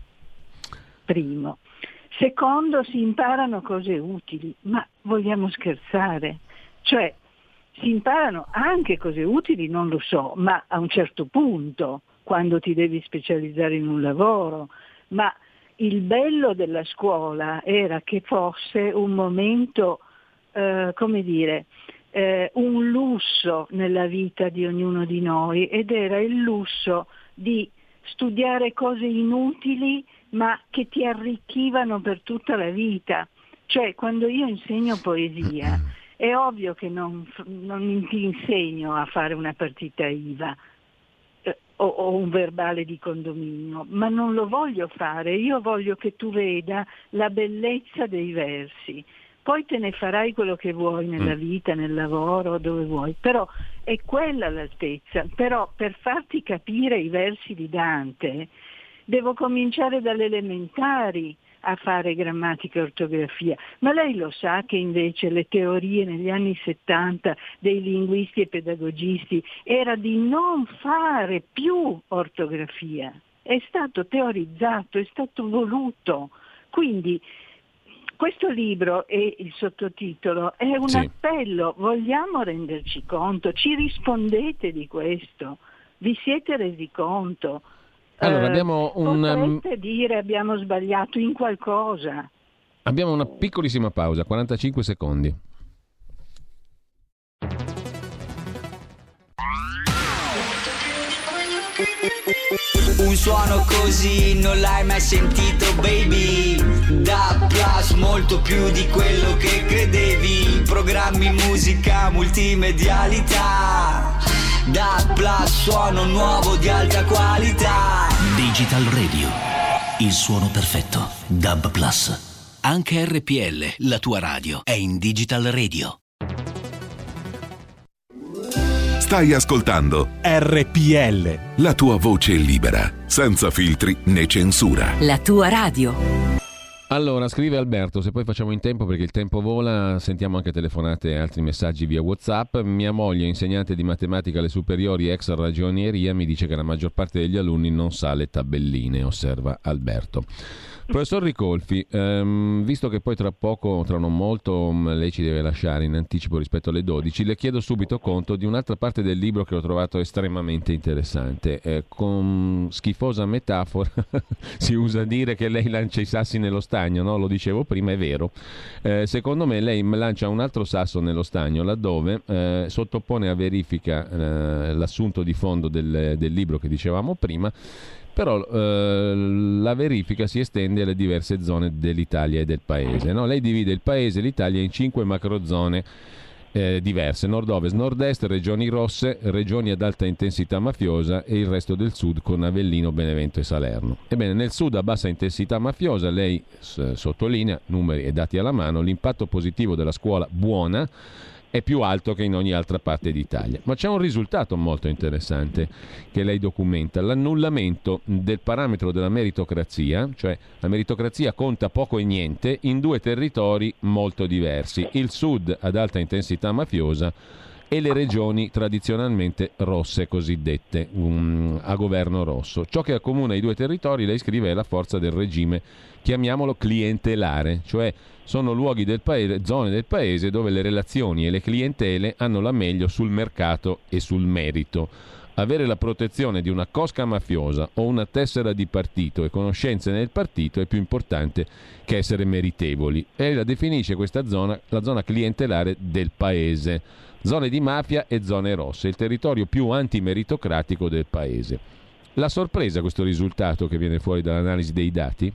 Primo. Secondo, si imparano cose utili, ma vogliamo scherzare? Cioè, si imparano anche cose utili, non lo so, ma a un certo punto, quando ti devi specializzare in un lavoro. Ma il bello della scuola era che fosse un momento, eh, come dire, eh, un lusso nella vita di ognuno di noi, ed era il lusso di studiare cose inutili ma che ti arricchivano per tutta la vita. Cioè, quando io insegno poesia è ovvio che non, non ti insegno a fare una partita I V A eh, o, o un verbale di condominio, ma non lo voglio fare. Io voglio che tu veda la bellezza dei versi. Poi te ne farai quello che vuoi nella vita, nel lavoro, dove vuoi, però è quella l'altezza. Però per farti capire i versi di Dante devo cominciare dalle elementari a fare grammatica e ortografia. Ma lei lo sa che invece le teorie negli anni settanta dei linguisti e pedagogisti era di non fare più ortografia. È stato teorizzato, è stato voluto. Quindi questo libro e il sottotitolo è un sì. appello, vogliamo renderci conto, ci rispondete di questo, vi siete resi conto? Allora, abbiamo un... Potreste dire abbiamo sbagliato in qualcosa. Abbiamo una piccolissima pausa, quarantacinque secondi. Un suono così non l'hai mai sentito, baby. Da Plus, molto più di quello che credevi. Programmi, musica, multimedialità. Da Plus, suono nuovo di alta qualità. Digital Radio, il suono perfetto. Dab Plus. Anche R P L, la tua radio, è in Digital Radio. Stai ascoltando R P L, la tua voce libera, senza filtri né censura. La tua radio. Allora, scrive Alberto, se poi facciamo in tempo perché il tempo vola, sentiamo anche telefonate e altri messaggi via WhatsApp. Mia moglie, insegnante di matematica alle superiori ex ragioneria, mi dice che la maggior parte degli alunni non sa le tabelline, osserva Alberto. Professor Ricolfi, ehm, visto che poi tra poco, tra non molto, lei ci deve lasciare in anticipo rispetto alle dodici, le chiedo subito conto di un'altra parte del libro che ho trovato estremamente interessante. Eh, con schifosa metafora si usa dire che lei lancia i sassi nello stadio. stagno, no? Lo dicevo prima, è vero. Eh, secondo me lei lancia un altro sasso nello stagno laddove eh, sottopone a verifica eh, l'assunto di fondo del, del libro che dicevamo prima, però eh, la verifica si estende alle diverse zone dell'Italia e del paese, no? Lei divide il paese, l'Italia, in cinque macrozone Eh, diverse: nord-ovest, nord-est, regioni rosse, regioni ad alta intensità mafiosa e il resto del sud con Avellino, Benevento e Salerno. Ebbene, nel sud a bassa intensità mafiosa lei s- sottolinea, numeri e dati alla mano, l'impatto positivo della scuola buona è più alto che in ogni altra parte d'Italia. Ma c'è un risultato molto interessante che lei documenta: l'annullamento del parametro della meritocrazia, cioè la meritocrazia conta poco e niente in due territori molto diversi, il sud ad alta intensità mafiosa e le regioni tradizionalmente rosse cosiddette, um, a governo rosso. Ciò che accomuna i due territori, lei scrive, è la forza del regime, chiamiamolo clientelare, cioè sono luoghi del paese, zone del paese dove le relazioni e le clientele hanno la meglio sul mercato e sul merito. Avere la protezione di una cosca mafiosa o una tessera di partito e conoscenze nel partito è più importante che essere meritevoli. E la definisce questa zona la zona clientelare del paese, zone di mafia e zone rosse, il territorio più antimeritocratico del paese. L'ha sorpresa questo risultato che viene fuori dall'analisi dei dati?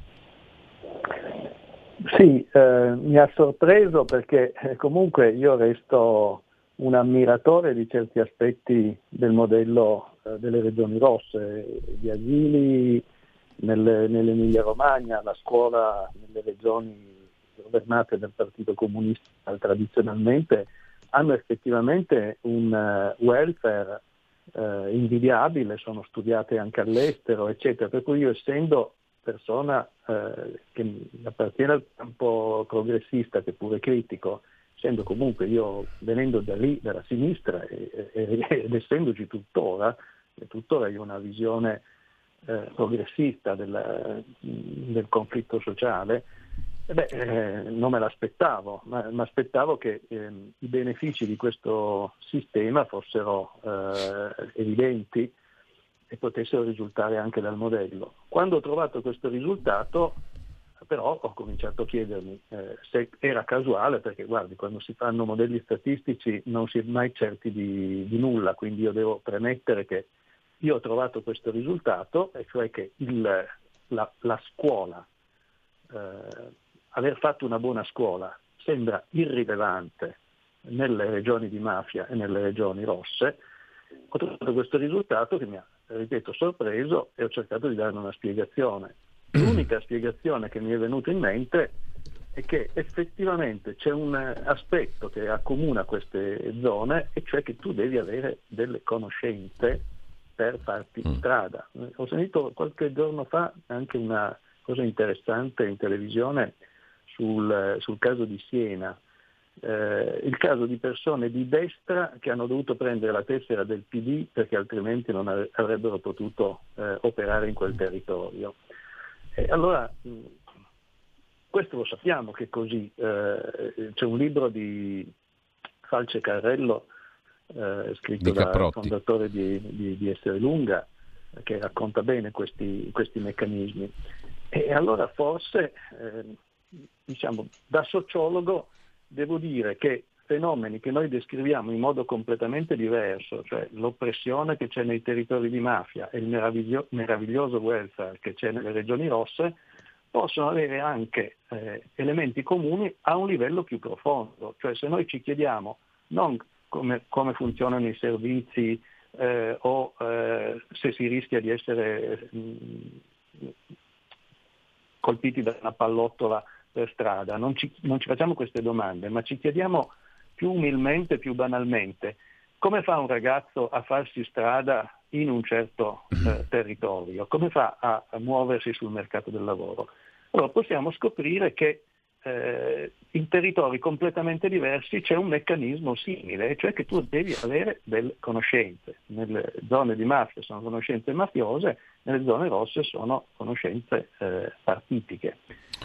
Sì, eh, mi ha sorpreso perché eh, comunque io resto un ammiratore di certi aspetti del modello eh, delle regioni rosse, gli asili nelle, nell'Emilia Romagna, la scuola nelle regioni governate dal Partito Comunista tradizionalmente hanno effettivamente un uh, welfare uh, invidiabile, sono studiate anche all'estero, eccetera, per cui io, essendo persona eh, che appartiene al campo progressista, che pure critico, essendo comunque io venendo da lì, dalla sinistra, e, e, ed essendoci tuttora, e tuttora io ho una visione eh, progressista del, del conflitto sociale, e beh, eh, non me l'aspettavo, ma mi aspettavo che eh, i benefici di questo sistema fossero eh, evidenti e potessero risultare anche dal modello. Quando ho trovato questo risultato, però, ho cominciato a chiedermi eh, se era casuale, perché guardi, quando si fanno modelli statistici non si è mai certi di, di nulla, quindi io devo premettere che io ho trovato questo risultato, e cioè che il, la, la scuola, eh, aver fatto una buona scuola sembra irrilevante nelle regioni di mafia e nelle regioni rosse. Ho trovato questo risultato che mi ha, ripeto, sorpreso, e ho cercato di darne una spiegazione. L'unica spiegazione che mi è venuta in mente è che effettivamente c'è un aspetto che accomuna queste zone, e cioè che tu devi avere delle conoscenze per farti strada. Ho sentito qualche giorno fa anche una cosa interessante in televisione sul, sul caso di Siena. Eh, il caso di persone di destra che hanno dovuto prendere la tessera del P D perché altrimenti non avrebbero potuto eh, operare in quel territorio. E allora, mh, questo lo sappiamo che è così. Eh, c'è un libro di Falce Carrello, eh, scritto dal fondatore di, di, di Essere Lunga, che racconta bene questi, questi meccanismi. E allora forse, eh, diciamo, da sociologo devo dire che fenomeni che noi descriviamo in modo completamente diverso, cioè l'oppressione che c'è nei territori di mafia e il meraviglio- meraviglioso welfare che c'è nelle regioni rosse, possono avere anche eh, elementi comuni a un livello più profondo. Cioè, se noi ci chiediamo non come, come funzionano i servizi eh, o eh, se si rischia di essere mh, colpiti da una pallottola per strada, non ci, non ci facciamo queste domande, ma ci chiediamo più umilmente, più banalmente, come fa un ragazzo a farsi strada in un certo eh, territorio, come fa a, a muoversi sul mercato del lavoro. Allora possiamo scoprire che eh, in territori completamente diversi c'è un meccanismo simile, cioè che tu devi avere delle conoscenze. Nelle zone di mafia sono conoscenze mafiose, nelle zone rosse sono conoscenze eh, partitiche.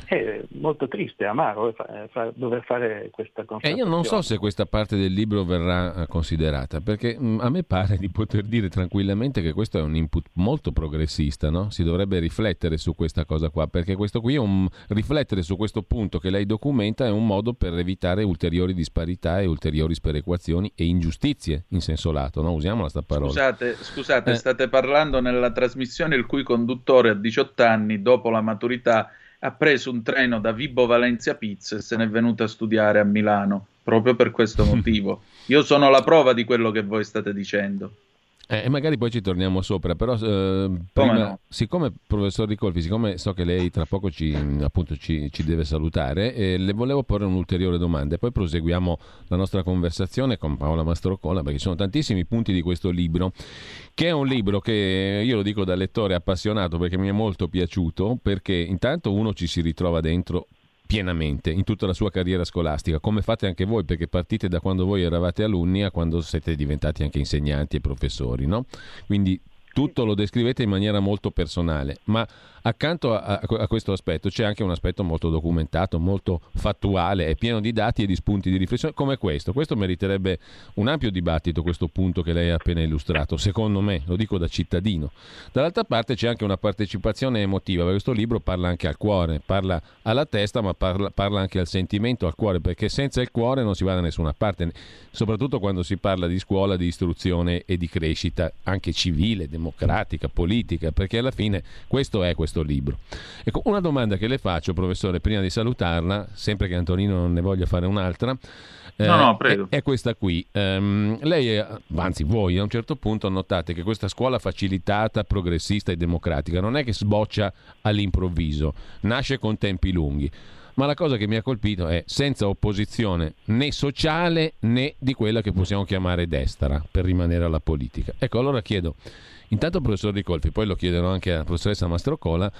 È molto triste, amaro fa, fa, dover fare questa constatazione. E io non so se questa parte del libro verrà considerata, perché mh, a me pare di poter dire tranquillamente che questo è un input molto progressista, no? Si dovrebbe riflettere su questa cosa qua, perché questo qui è un riflettere su questo punto che lei documenta è un modo per evitare ulteriori disparità e ulteriori sperequazioni e ingiustizie in senso lato, no? Usiamola sta parola. Scusate, scusate eh. state parlando nella trasmissione il cui conduttore a diciotto anni, dopo la maturità, ha preso un treno da Vibo Valencia Pizza e se n'è venuto a studiare a Milano, proprio per questo motivo. Io sono la prova di quello che voi state dicendo. Eh, e magari poi ci torniamo sopra, però eh, prima, no? siccome professor Ricolfi, siccome so che lei tra poco ci, appunto, ci, ci deve salutare, eh, le volevo porre un'ulteriore domanda e poi proseguiamo la nostra conversazione con Paola Mastrocola, perché ci sono tantissimi punti di questo libro, che è un libro che io lo dico da lettore appassionato perché mi è molto piaciuto, perché intanto uno ci si ritrova dentro pienamente in tutta la sua carriera scolastica, come fate anche voi, perché partite da quando voi eravate alunni a quando siete diventati anche insegnanti e professori, no? Quindi tutto lo descrivete in maniera molto personale, ma accanto a, a questo aspetto c'è anche un aspetto molto documentato, molto fattuale, è pieno di dati e di spunti di riflessione come questo. Questo meriterebbe un ampio dibattito, questo punto che lei ha appena illustrato, secondo me, lo dico da cittadino. Dall'altra parte c'è anche una partecipazione emotiva, perché questo libro parla anche al cuore, parla alla testa, ma parla, parla anche al sentimento, al cuore, perché senza il cuore non si va da nessuna parte, soprattutto quando si parla di scuola, di istruzione e di crescita anche civile, democratica, politica, perché alla fine questo è questo libro. Ecco, una domanda che le faccio, professore, prima di salutarla, sempre che Antonino non ne voglia fare un'altra, eh, no, no, prego. È, è questa qui. Um, lei, è, anzi voi a un certo punto notate che questa scuola facilitata, progressista e democratica non è che sboccia all'improvviso, nasce con tempi lunghi. Ma la cosa che mi ha colpito è senza opposizione né sociale né di quella che possiamo chiamare destra, per rimanere alla politica. Ecco, allora chiedo, intanto professor Ricolfi, poi lo chiederò anche alla professoressa Mastrocola,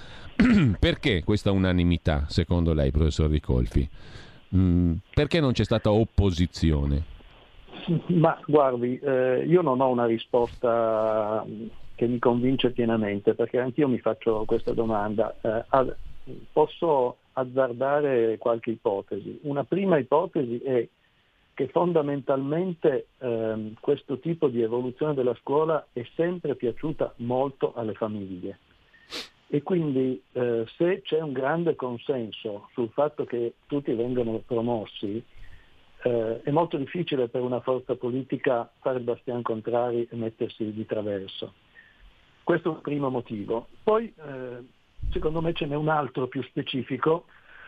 perché questa unanimità, secondo lei, professor Ricolfi? Mm, perché non c'è stata opposizione? Ma guardi, eh, io non ho una risposta che mi convince pienamente, perché anch'io mi faccio questa domanda. Eh, ad, posso azzardare qualche ipotesi. Una prima ipotesi è che fondamentalmente ehm, questo tipo di evoluzione della scuola è sempre piaciuta molto alle famiglie e quindi eh, se c'è un grande consenso sul fatto che tutti vengano promossi, eh, è molto difficile per una forza politica fare il bastian contrari e mettersi di traverso. Questo è un primo motivo. Poi eh, secondo me ce n'è un altro più specifico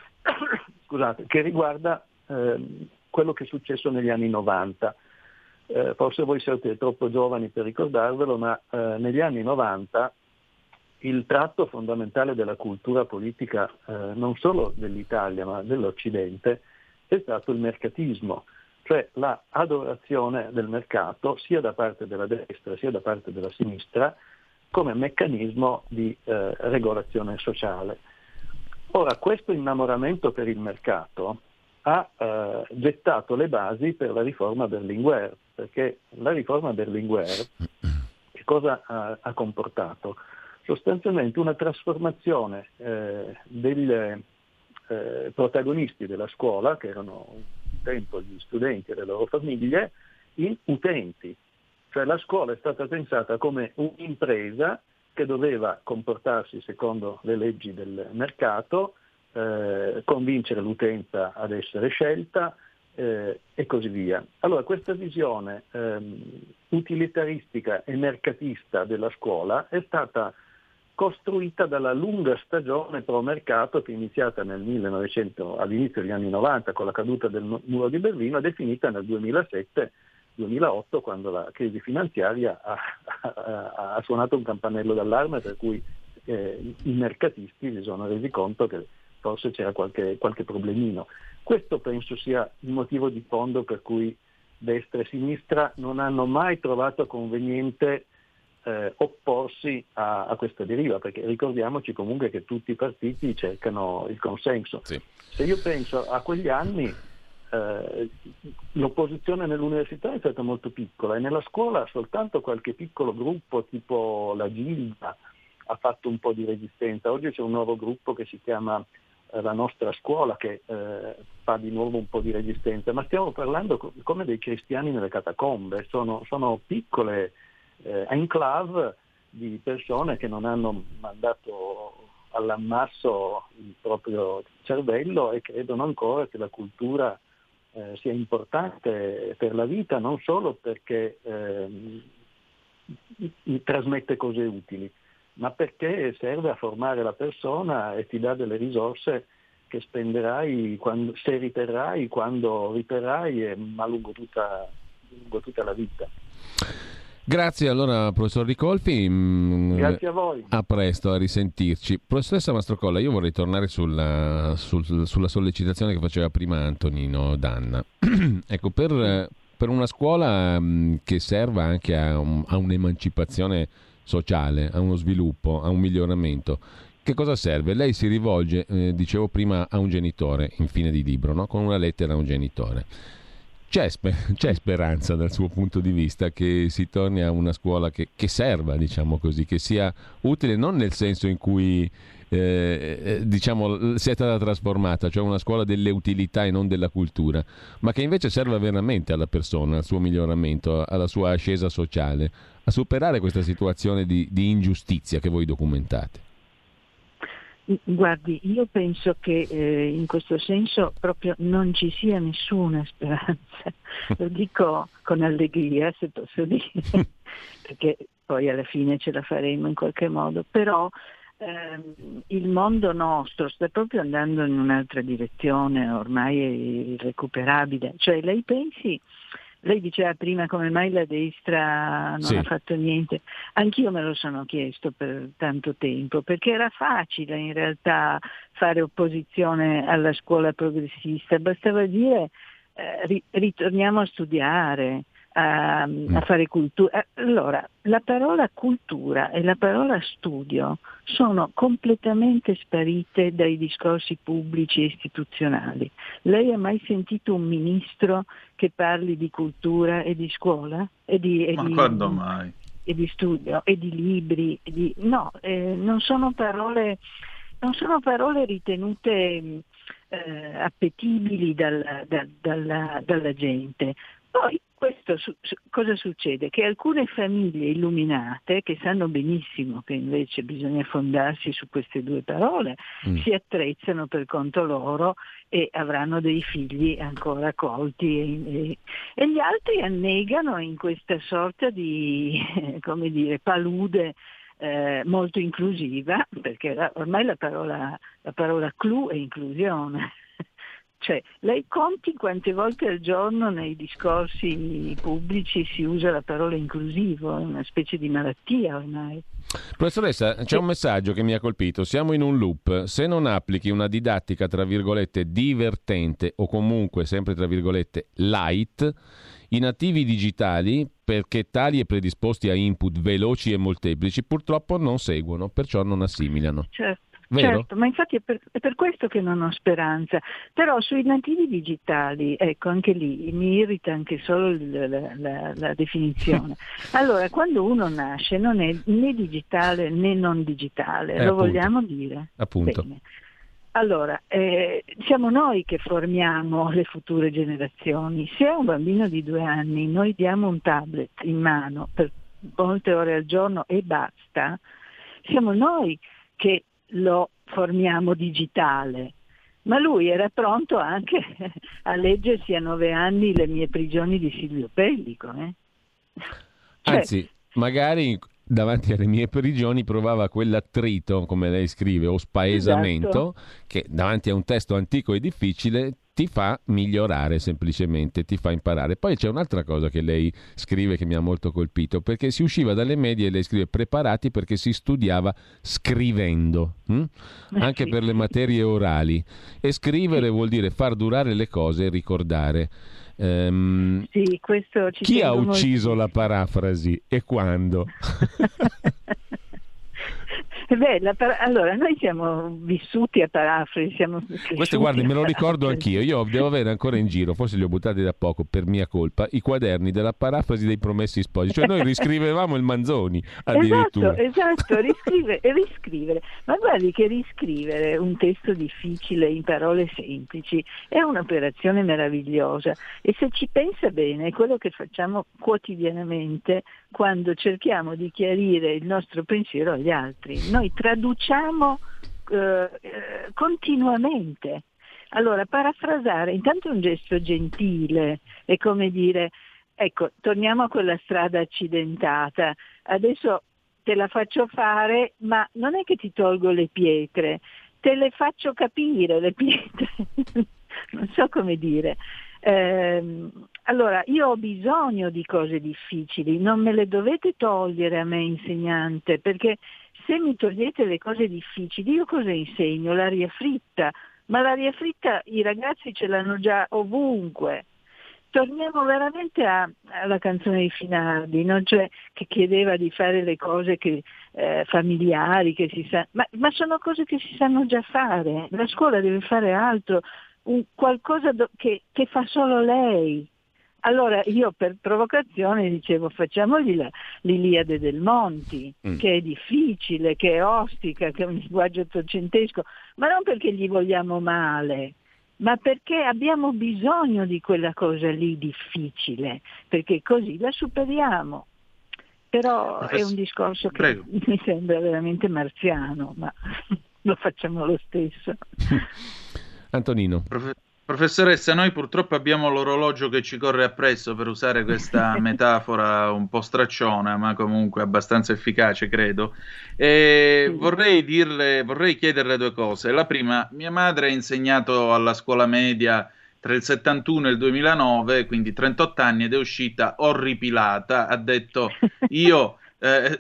scusate, che riguarda eh, quello che è successo negli anni novanta. Eh, forse voi siete troppo giovani per ricordarvelo, ma eh, negli anni novanta il tratto fondamentale della cultura politica eh, non solo dell'Italia ma dell'Occidente è stato il mercatismo, cioè la adorazione del mercato sia da parte della destra sia da parte della sinistra come meccanismo di eh, regolazione sociale. Ora, questo innamoramento per il mercato ha eh, gettato le basi per la riforma Berlinguer, perché la riforma Berlinguer che cosa ha, ha comportato? Sostanzialmente una trasformazione eh, dei eh, protagonisti della scuola, che erano un tempo gli studenti e le loro famiglie, in utenti. Cioè la scuola è stata pensata come un'impresa che doveva comportarsi secondo le leggi del mercato, eh, convincere l'utenza ad essere scelta eh, e così via. Allora questa visione ehm, utilitaristica e mercatista della scuola è stata costruita dalla lunga stagione pro mercato che è iniziata nel millenovecento, all'inizio degli anni novanta con la caduta del muro di Berlino ed è finita nel duemilasette duemilaotto quando la crisi finanziaria ha, ha, ha suonato un campanello d'allarme per cui eh, i mercatisti si sono resi conto che forse c'era qualche, qualche problemino. Questo penso sia il motivo di fondo per cui destra e sinistra non hanno mai trovato conveniente eh, opporsi a, a questa deriva, perché ricordiamoci comunque che tutti i partiti cercano il consenso. Sì. Se io penso a quegli anni, eh, l'opposizione nell'università è stata molto piccola e nella scuola soltanto qualche piccolo gruppo tipo la Gilda ha fatto un po' di resistenza. Oggi c'è un nuovo gruppo che si chiama eh, La Nostra Scuola che eh, fa di nuovo un po' di resistenza, ma stiamo parlando co- come dei cristiani nelle catacombe, sono, sono piccole eh, enclave di persone che non hanno mandato all'ammasso il proprio cervello e credono ancora che la cultura eh, sia importante per la vita, non solo perché eh, trasmette cose utili, ma perché serve a formare la persona e ti dà delle risorse che spenderai quando, se riterrai, quando riterrai e ma lungo tutta, lungo tutta la vita. Grazie allora professor Ricolfi. Grazie a voi. A presto, a risentirci. Professoressa Mastrocolla, io vorrei tornare sulla, sul, sulla sollecitazione che faceva prima Antonino Danna. Ecco, per, per una scuola che serva anche a, un, a un'emancipazione sociale, a uno sviluppo, a un miglioramento, che cosa serve? Lei si rivolge, eh, dicevo prima, a un genitore in fine di libro, no? Con una lettera a un genitore. C'è, sper- c'è speranza dal suo punto di vista che si torni a una scuola che, che serva, diciamo così, che sia utile non nel senso in cui eh, diciamo sia stata trasformata, cioè una scuola delle utilità e non della cultura, ma che invece serva veramente alla persona, al suo miglioramento, alla sua ascesa sociale, a superare questa situazione di, di ingiustizia che voi documentate. Guardi, io penso che eh, in questo senso proprio non ci sia nessuna speranza, lo dico con allegria se posso dire, perché poi alla fine ce la faremo in qualche modo, però ehm, il mondo nostro sta proprio andando in un'altra direzione, ormai è irrecuperabile, cioè lei pensi... Lei diceva prima come mai la destra non sì. ha fatto niente. Anch'io me lo sono chiesto per tanto tempo, perché era facile in realtà fare opposizione alla scuola progressista, bastava dire eh, ri- ritorniamo a studiare, a, a fare cultura. Allora, la parola cultura e la parola studio sono completamente sparite dai discorsi pubblici e istituzionali. Lei ha mai sentito un ministro che parli di cultura e di scuola? E di, e Ma di, quando mai? E di studio, e di libri, e di, no, eh, non sono parole, non sono parole ritenute eh, appetibili dal, da, dalla, dalla gente. Poi questo su, su, cosa succede? Che alcune famiglie illuminate, che sanno benissimo che invece bisogna fondarsi su queste due parole, mm. si attrezzano per conto loro e avranno dei figli ancora colti e, e, e gli altri annegano in questa sorta di, come dire, palude eh, molto inclusiva, perché la, ormai la parola, la parola clou è inclusione. Cioè, lei conti quante volte al giorno nei discorsi pubblici si usa la parola inclusivo, è una specie di malattia ormai. Professoressa, c'è un messaggio che mi ha colpito. Siamo in un loop. Se non applichi una didattica, tra virgolette, divertente o comunque, sempre tra virgolette, light, i nativi digitali, perché tali e predisposti a input veloci e molteplici, purtroppo non seguono, perciò non assimilano. Certo. Vero? Certo, ma infatti è per, è per questo che non ho speranza. Però sui nativi digitali, ecco, anche lì mi irrita anche solo la, la, la, la definizione. Allora, quando uno nasce non è né digitale né non digitale, eh, lo appunto. Vogliamo dire? Appunto. Bene. Allora, eh, siamo noi che formiamo le future generazioni. Se a un bambino di due anni noi diamo un tablet in mano per molte ore al giorno e basta, siamo noi che lo formiamo digitale, ma lui era pronto anche a leggersi a nove anni Le mie prigioni di Silvio Pellico. Eh? Cioè, Anzi, magari davanti alle mie prigioni provava quell'attrito, come lei scrive, o spaesamento, esatto. che davanti a un testo antico e difficile ti fa migliorare semplicemente, ti fa imparare. Poi c'è un'altra cosa che lei scrive che mi ha molto colpito, perché si usciva dalle medie, lei scrive, preparati perché si studiava scrivendo, hm? anche sì. per le materie orali. E scrivere sì. vuol dire far durare le cose e ricordare. Ehm, sì, questo ci chi ha tengo ucciso molto. la parafrasi e quando? Beh, la par- allora, noi siamo vissuti a parafrasi, siamo Questo, guardi, me lo ricordo anch'io. anch'io. Io devo avere ancora in giro, forse li ho buttati da poco per mia colpa, i quaderni della parafrasi dei Promessi Sposi. Cioè noi riscrivevamo il Manzoni addirittura. Esatto, esatto, riscrivere, e riscrivere. Ma guardi che riscrivere un testo difficile in parole semplici è un'operazione meravigliosa, e se ci pensa bene è quello che facciamo quotidianamente quando cerchiamo di chiarire il nostro pensiero agli altri. Noi traduciamo eh, eh, continuamente. Allora, parafrasare intanto è un gesto gentile, è come dire, ecco, torniamo a quella strada accidentata, adesso te la faccio fare, ma non è che ti tolgo le pietre, te le faccio capire le pietre, non so come dire. Eh, allora, io ho bisogno di cose difficili, non me le dovete togliere a me insegnante, perché se mi togliete le cose difficili, io cosa insegno? L'aria fritta, ma l'aria fritta i ragazzi ce l'hanno già ovunque. Torniamo veramente a, alla canzone di Finardi, no? Cioè, che chiedeva di fare le cose che, eh, familiari, che si sa, ma, ma sono cose che si sanno già fare, la scuola deve fare altro, un, qualcosa do, che, che fa solo lei. Allora io per provocazione dicevo facciamogli la, l'Iliade del Monti, mm. che è difficile, che è ostica, che è un linguaggio ottocentesco, ma non perché gli vogliamo male, ma perché abbiamo bisogno di quella cosa lì difficile, perché così la superiamo. Però Professor, è un discorso che prego. Mi sembra veramente marziano, ma lo facciamo lo stesso. Antonino. Prof... Professoressa, noi purtroppo abbiamo l'orologio che ci corre appresso, per usare questa metafora un po' stracciona, ma comunque abbastanza efficace, credo. E vorrei dirle, vorrei chiederle due cose. La prima, mia madre ha insegnato alla scuola media tra il settantuno e il duemilanove, quindi trentotto anni, ed è uscita orripilata. Ha detto, io... Eh,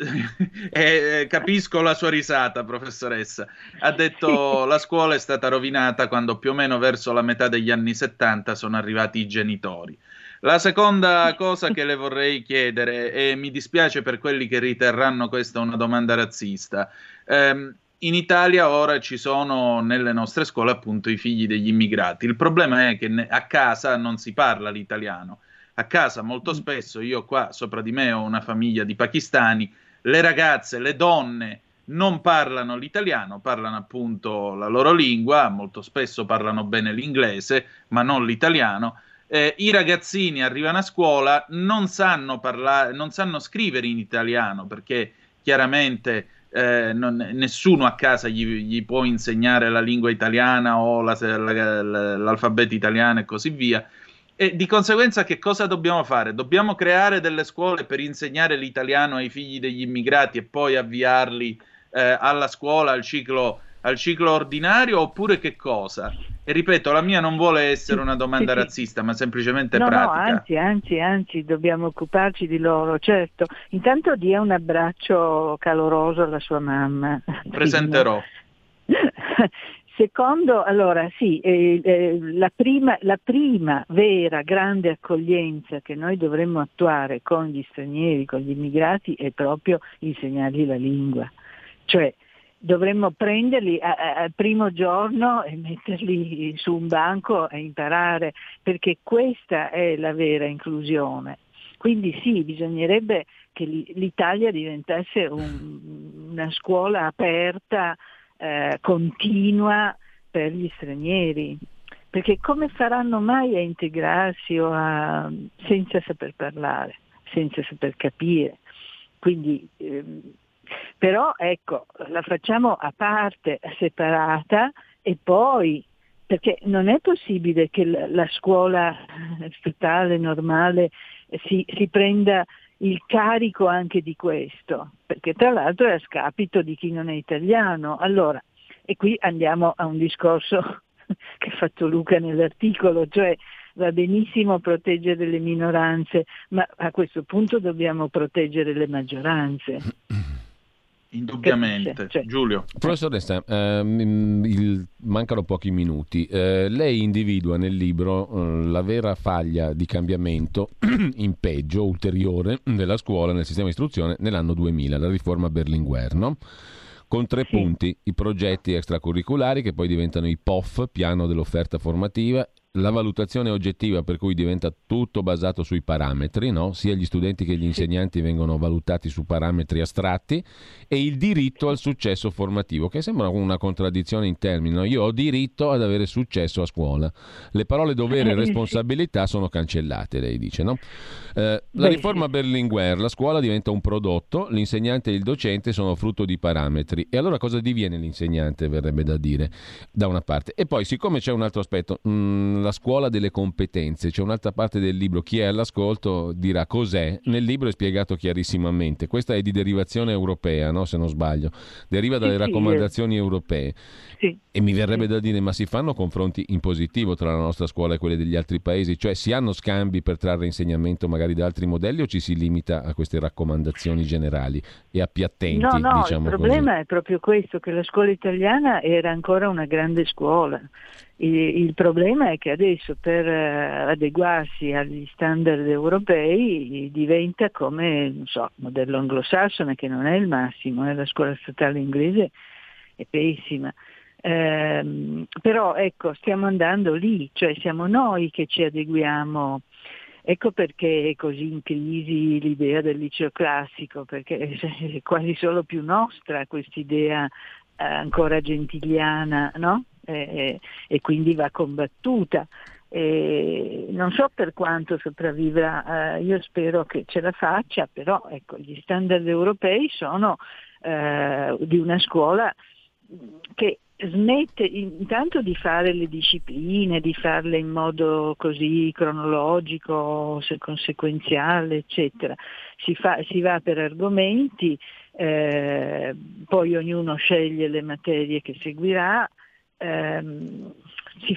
eh, capisco la sua risata, professoressa. Ha detto la scuola è stata rovinata quando più o meno verso la metà degli anni settanta sono arrivati i genitori. La seconda cosa che le vorrei chiedere, e mi dispiace per quelli che riterranno questa una domanda razzista, ehm, in Italia ora ci sono nelle nostre scuole appunto i figli degli immigrati. Il problema è che ne- a casa non si parla l'italiano. A casa molto spesso, io qua sopra di me ho una famiglia di pakistani, le ragazze, le donne non parlano l'italiano, parlano appunto la loro lingua, molto spesso parlano bene l'inglese, ma non l'italiano. Eh, I ragazzini arrivano a scuola, non sanno parlare, non sanno scrivere in italiano, perché chiaramente eh, non, nessuno a casa gli, gli può insegnare la lingua italiana o la, la, la, l'alfabeto italiano e così via. E di conseguenza che cosa dobbiamo fare? Dobbiamo creare delle scuole per insegnare l'italiano ai figli degli immigrati e poi avviarli eh, alla scuola, al ciclo, al ciclo ordinario, oppure che cosa? E ripeto, la mia non vuole essere una domanda sì, sì. razzista, ma semplicemente no, pratica. No, anzi, anzi, anzi, dobbiamo occuparci di loro, certo. Intanto dia un abbraccio caloroso alla sua mamma. Presenterò. Secondo, allora sì, eh, eh, la, prima, la prima vera grande accoglienza che noi dovremmo attuare con gli stranieri, con gli immigrati, è proprio insegnargli la lingua. Cioè dovremmo prenderli al primo giorno e metterli su un banco a imparare, perché questa è la vera inclusione. Quindi sì, bisognerebbe che l'Italia diventasse un, una scuola aperta, Eh, continua per gli stranieri, perché come faranno mai a integrarsi o a, senza saper parlare, senza saper capire? Quindi ehm, però ecco, la facciamo a parte, separata, e poi perché non è possibile che la, la scuola statale normale si, si prenda il carico anche di questo, perché tra l'altro è a scapito di chi non è italiano. Allora, e qui andiamo a un discorso che ha fatto Luca nell'articolo, cioè va benissimo proteggere le minoranze, ma a questo punto dobbiamo proteggere le maggioranze. Indubbiamente, cioè. Giulio. Professoressa, ehm, il, mancano pochi minuti. Eh, lei individua nel libro eh, la vera faglia di cambiamento in peggio, ulteriore, della scuola nel sistema di istruzione nell'anno duemila, la riforma Berlinguer, no? Con tre sì. punti: i progetti extracurriculari, che poi diventano i P O F, piano dell'offerta formativa, la valutazione oggettiva, per cui diventa tutto basato sui parametri, no? Sia gli studenti che gli insegnanti vengono valutati su parametri astratti, e il diritto al successo formativo, che sembra una contraddizione in termini, no? Io ho diritto ad avere successo a scuola. Le parole dovere e responsabilità sono cancellate, lei dice, no? Eh, la riforma Berlinguer, la scuola diventa un prodotto, l'insegnante e il docente sono frutto di parametri. E allora cosa diviene l'insegnante, verrebbe da dire, da una parte. E poi, siccome c'è un altro aspetto, mh, la scuola delle competenze, c'è un'altra parte del libro, chi è all'ascolto dirà cos'è. Nel libro è spiegato chiarissimamente, questa è di derivazione europea, no? Se non sbaglio, deriva dalle sì, raccomandazioni sì. europee sì. E mi verrebbe sì. da dire, ma si fanno confronti in positivo tra la nostra scuola e quelle degli altri paesi? Cioè, si hanno scambi per trarre insegnamento magari da altri modelli, o ci si limita a queste raccomandazioni generali e appiattenti? No, no, diciamo il problema così. È proprio questo, che la scuola italiana era ancora una grande scuola. Il problema è che adesso, per adeguarsi agli standard europei, diventa come, non so, il modello anglosassone, che non è il massimo, eh? La scuola statale inglese è pessima. Eh, però ecco, stiamo andando lì, cioè siamo noi che ci adeguiamo. Ecco perché è così in crisi l'idea del liceo classico, perché è quasi solo più nostra quest'idea eh, ancora gentiliana, no? E, e quindi va combattuta. E non so per quanto sopravvivrà, eh, io spero che ce la faccia, però ecco, gli standard europei sono eh, di una scuola che smette intanto di fare le discipline, di farle in modo così cronologico, conseguenziale, eccetera. Si, fa, si va per argomenti, eh, poi ognuno sceglie le materie che seguirà. Ehm, si,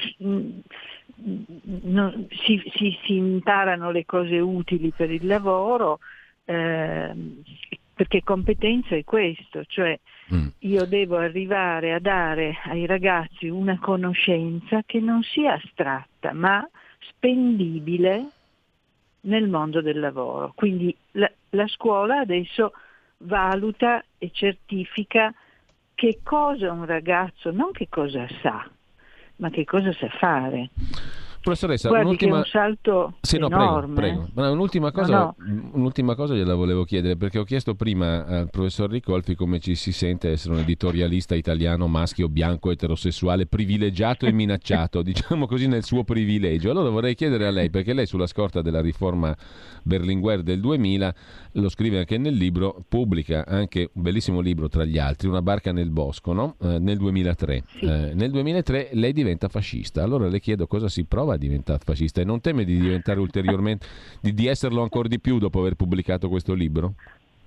non, si, si, si imparano le cose utili per il lavoro, ehm, perché competenza è questo, cioè mm. io devo arrivare a dare ai ragazzi una conoscenza che non sia astratta ma spendibile nel mondo del lavoro. Quindi la, la scuola adesso valuta e certifica che cosa un ragazzo, non che cosa sa, ma che cosa sa fare. Professoressa, Guardi un'ultima... che è un salto sì, no, enorme. Prego, prego. Ma un'ultima cosa, no, no. un'ultima cosa gliela volevo chiedere, perché ho chiesto prima al professor Ricolfi come ci si sente essere un editorialista italiano maschio, bianco, eterosessuale, privilegiato e minacciato, diciamo così, nel suo privilegio. Allora vorrei chiedere a lei, perché lei sulla scorta della riforma Berlinguer del duemila, lo scrive anche nel libro, pubblica anche un bellissimo libro tra gli altri, Una barca nel bosco, no? Eh, nel duemilatré. Sì. Eh, nel duemilatré lei diventa fascista. Allora le chiedo cosa si prova a diventare fascista, e non teme di diventare ulteriormente, di, di esserlo ancora di più dopo aver pubblicato questo libro?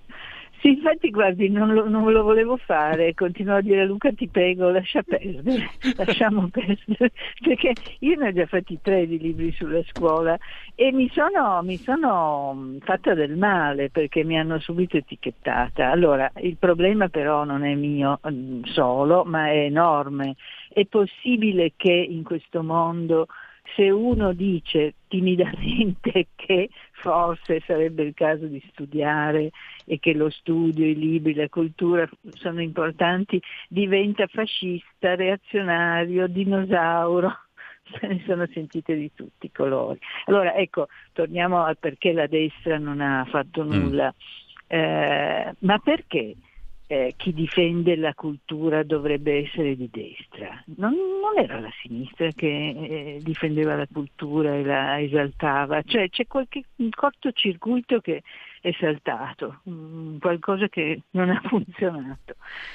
Sì, infatti guardi, non lo, non lo volevo fare, continuo a dire Luca ti prego lascia perdere, lasciamo perdere, perché io ne ho già fatti tre di libri sulla scuola e mi sono, mi sono fatta del male perché mi hanno subito etichettata. Allora, il problema però non è mio solo, ma è enorme. È possibile che in questo mondo, se uno dice timidamente che forse sarebbe il caso di studiare e che lo studio, i libri, la cultura sono importanti, diventa fascista, reazionario, dinosauro, se ne sono sentite di tutti i colori. Allora ecco, torniamo al perché la destra non ha fatto nulla, mm. eh, ma perché? Eh, chi difende la cultura dovrebbe essere di destra. Non, non era la sinistra che eh, difendeva la cultura e la esaltava, cioè c'è qualche un cortocircuito che è saltato, mh, qualcosa che non ha funzionato.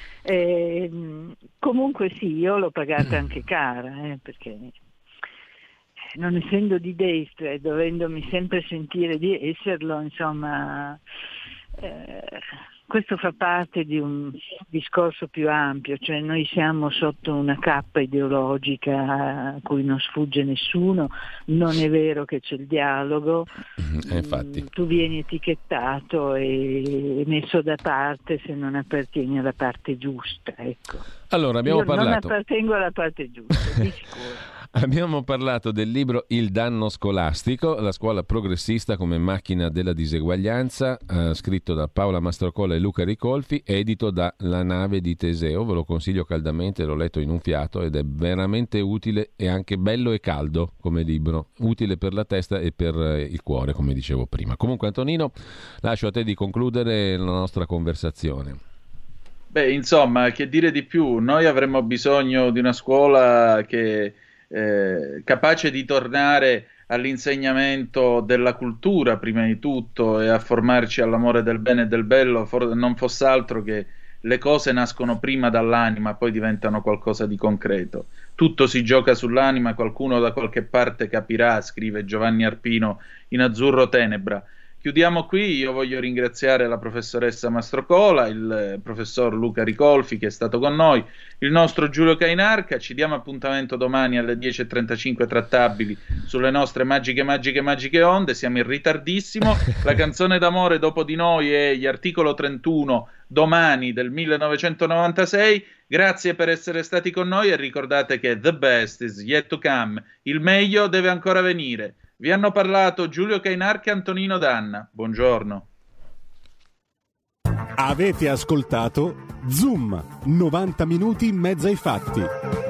Eh, comunque sì, io l'ho pagata anche cara, eh, perché non essendo di destra e dovendomi sempre sentire di esserlo, insomma, eh, questo fa parte di un discorso più ampio, cioè noi siamo sotto una cappa ideologica a cui non sfugge nessuno, non è vero che c'è il dialogo, eh, infatti. Tu vieni etichettato e messo da parte se non appartieni alla parte giusta, ecco. Allora, abbiamo Io parlato... non appartengo alla parte giusta, di sicuro. Abbiamo parlato del libro Il danno scolastico, la scuola progressista come macchina della diseguaglianza, eh, scritto da Paola Mastrocola e Luca Ricolfi, edito da La nave di Teseo. Ve lo consiglio caldamente, l'ho letto in un fiato ed è veramente utile e anche bello e caldo come libro, utile per la testa e per il cuore, come dicevo prima. Comunque, Antonino, lascio a te di concludere la nostra conversazione. Beh, insomma, che dire di più? Noi avremmo bisogno di una scuola che Eh, capace di tornare all'insegnamento della cultura prima di tutto e a formarci all'amore del bene e del bello, for- non fosse altro che le cose nascono prima dall'anima, poi diventano qualcosa di concreto. Tutto si gioca sull'anima, qualcuno da qualche parte capirà, scrive Giovanni Arpino in Azzurro Tenebra. Chiudiamo qui, io voglio ringraziare la professoressa Mastrocola, il professor Luca Ricolfi che è stato con noi, il nostro Giulio Cainarca. Ci diamo appuntamento domani alle dieci e trentacinque trattabili sulle nostre magiche, magiche, magiche onde. Siamo in ritardissimo. La canzone d'amore dopo di noi è Gli Articolo trentuno domani del millenovecentonovantasei. Grazie per essere stati con noi e ricordate che the best is yet to come, il meglio deve ancora venire. Vi hanno parlato Giulio Cainarca e Antonino Danna. Buongiorno. Avete ascoltato Zoom, novanta minuti in mezzo ai fatti.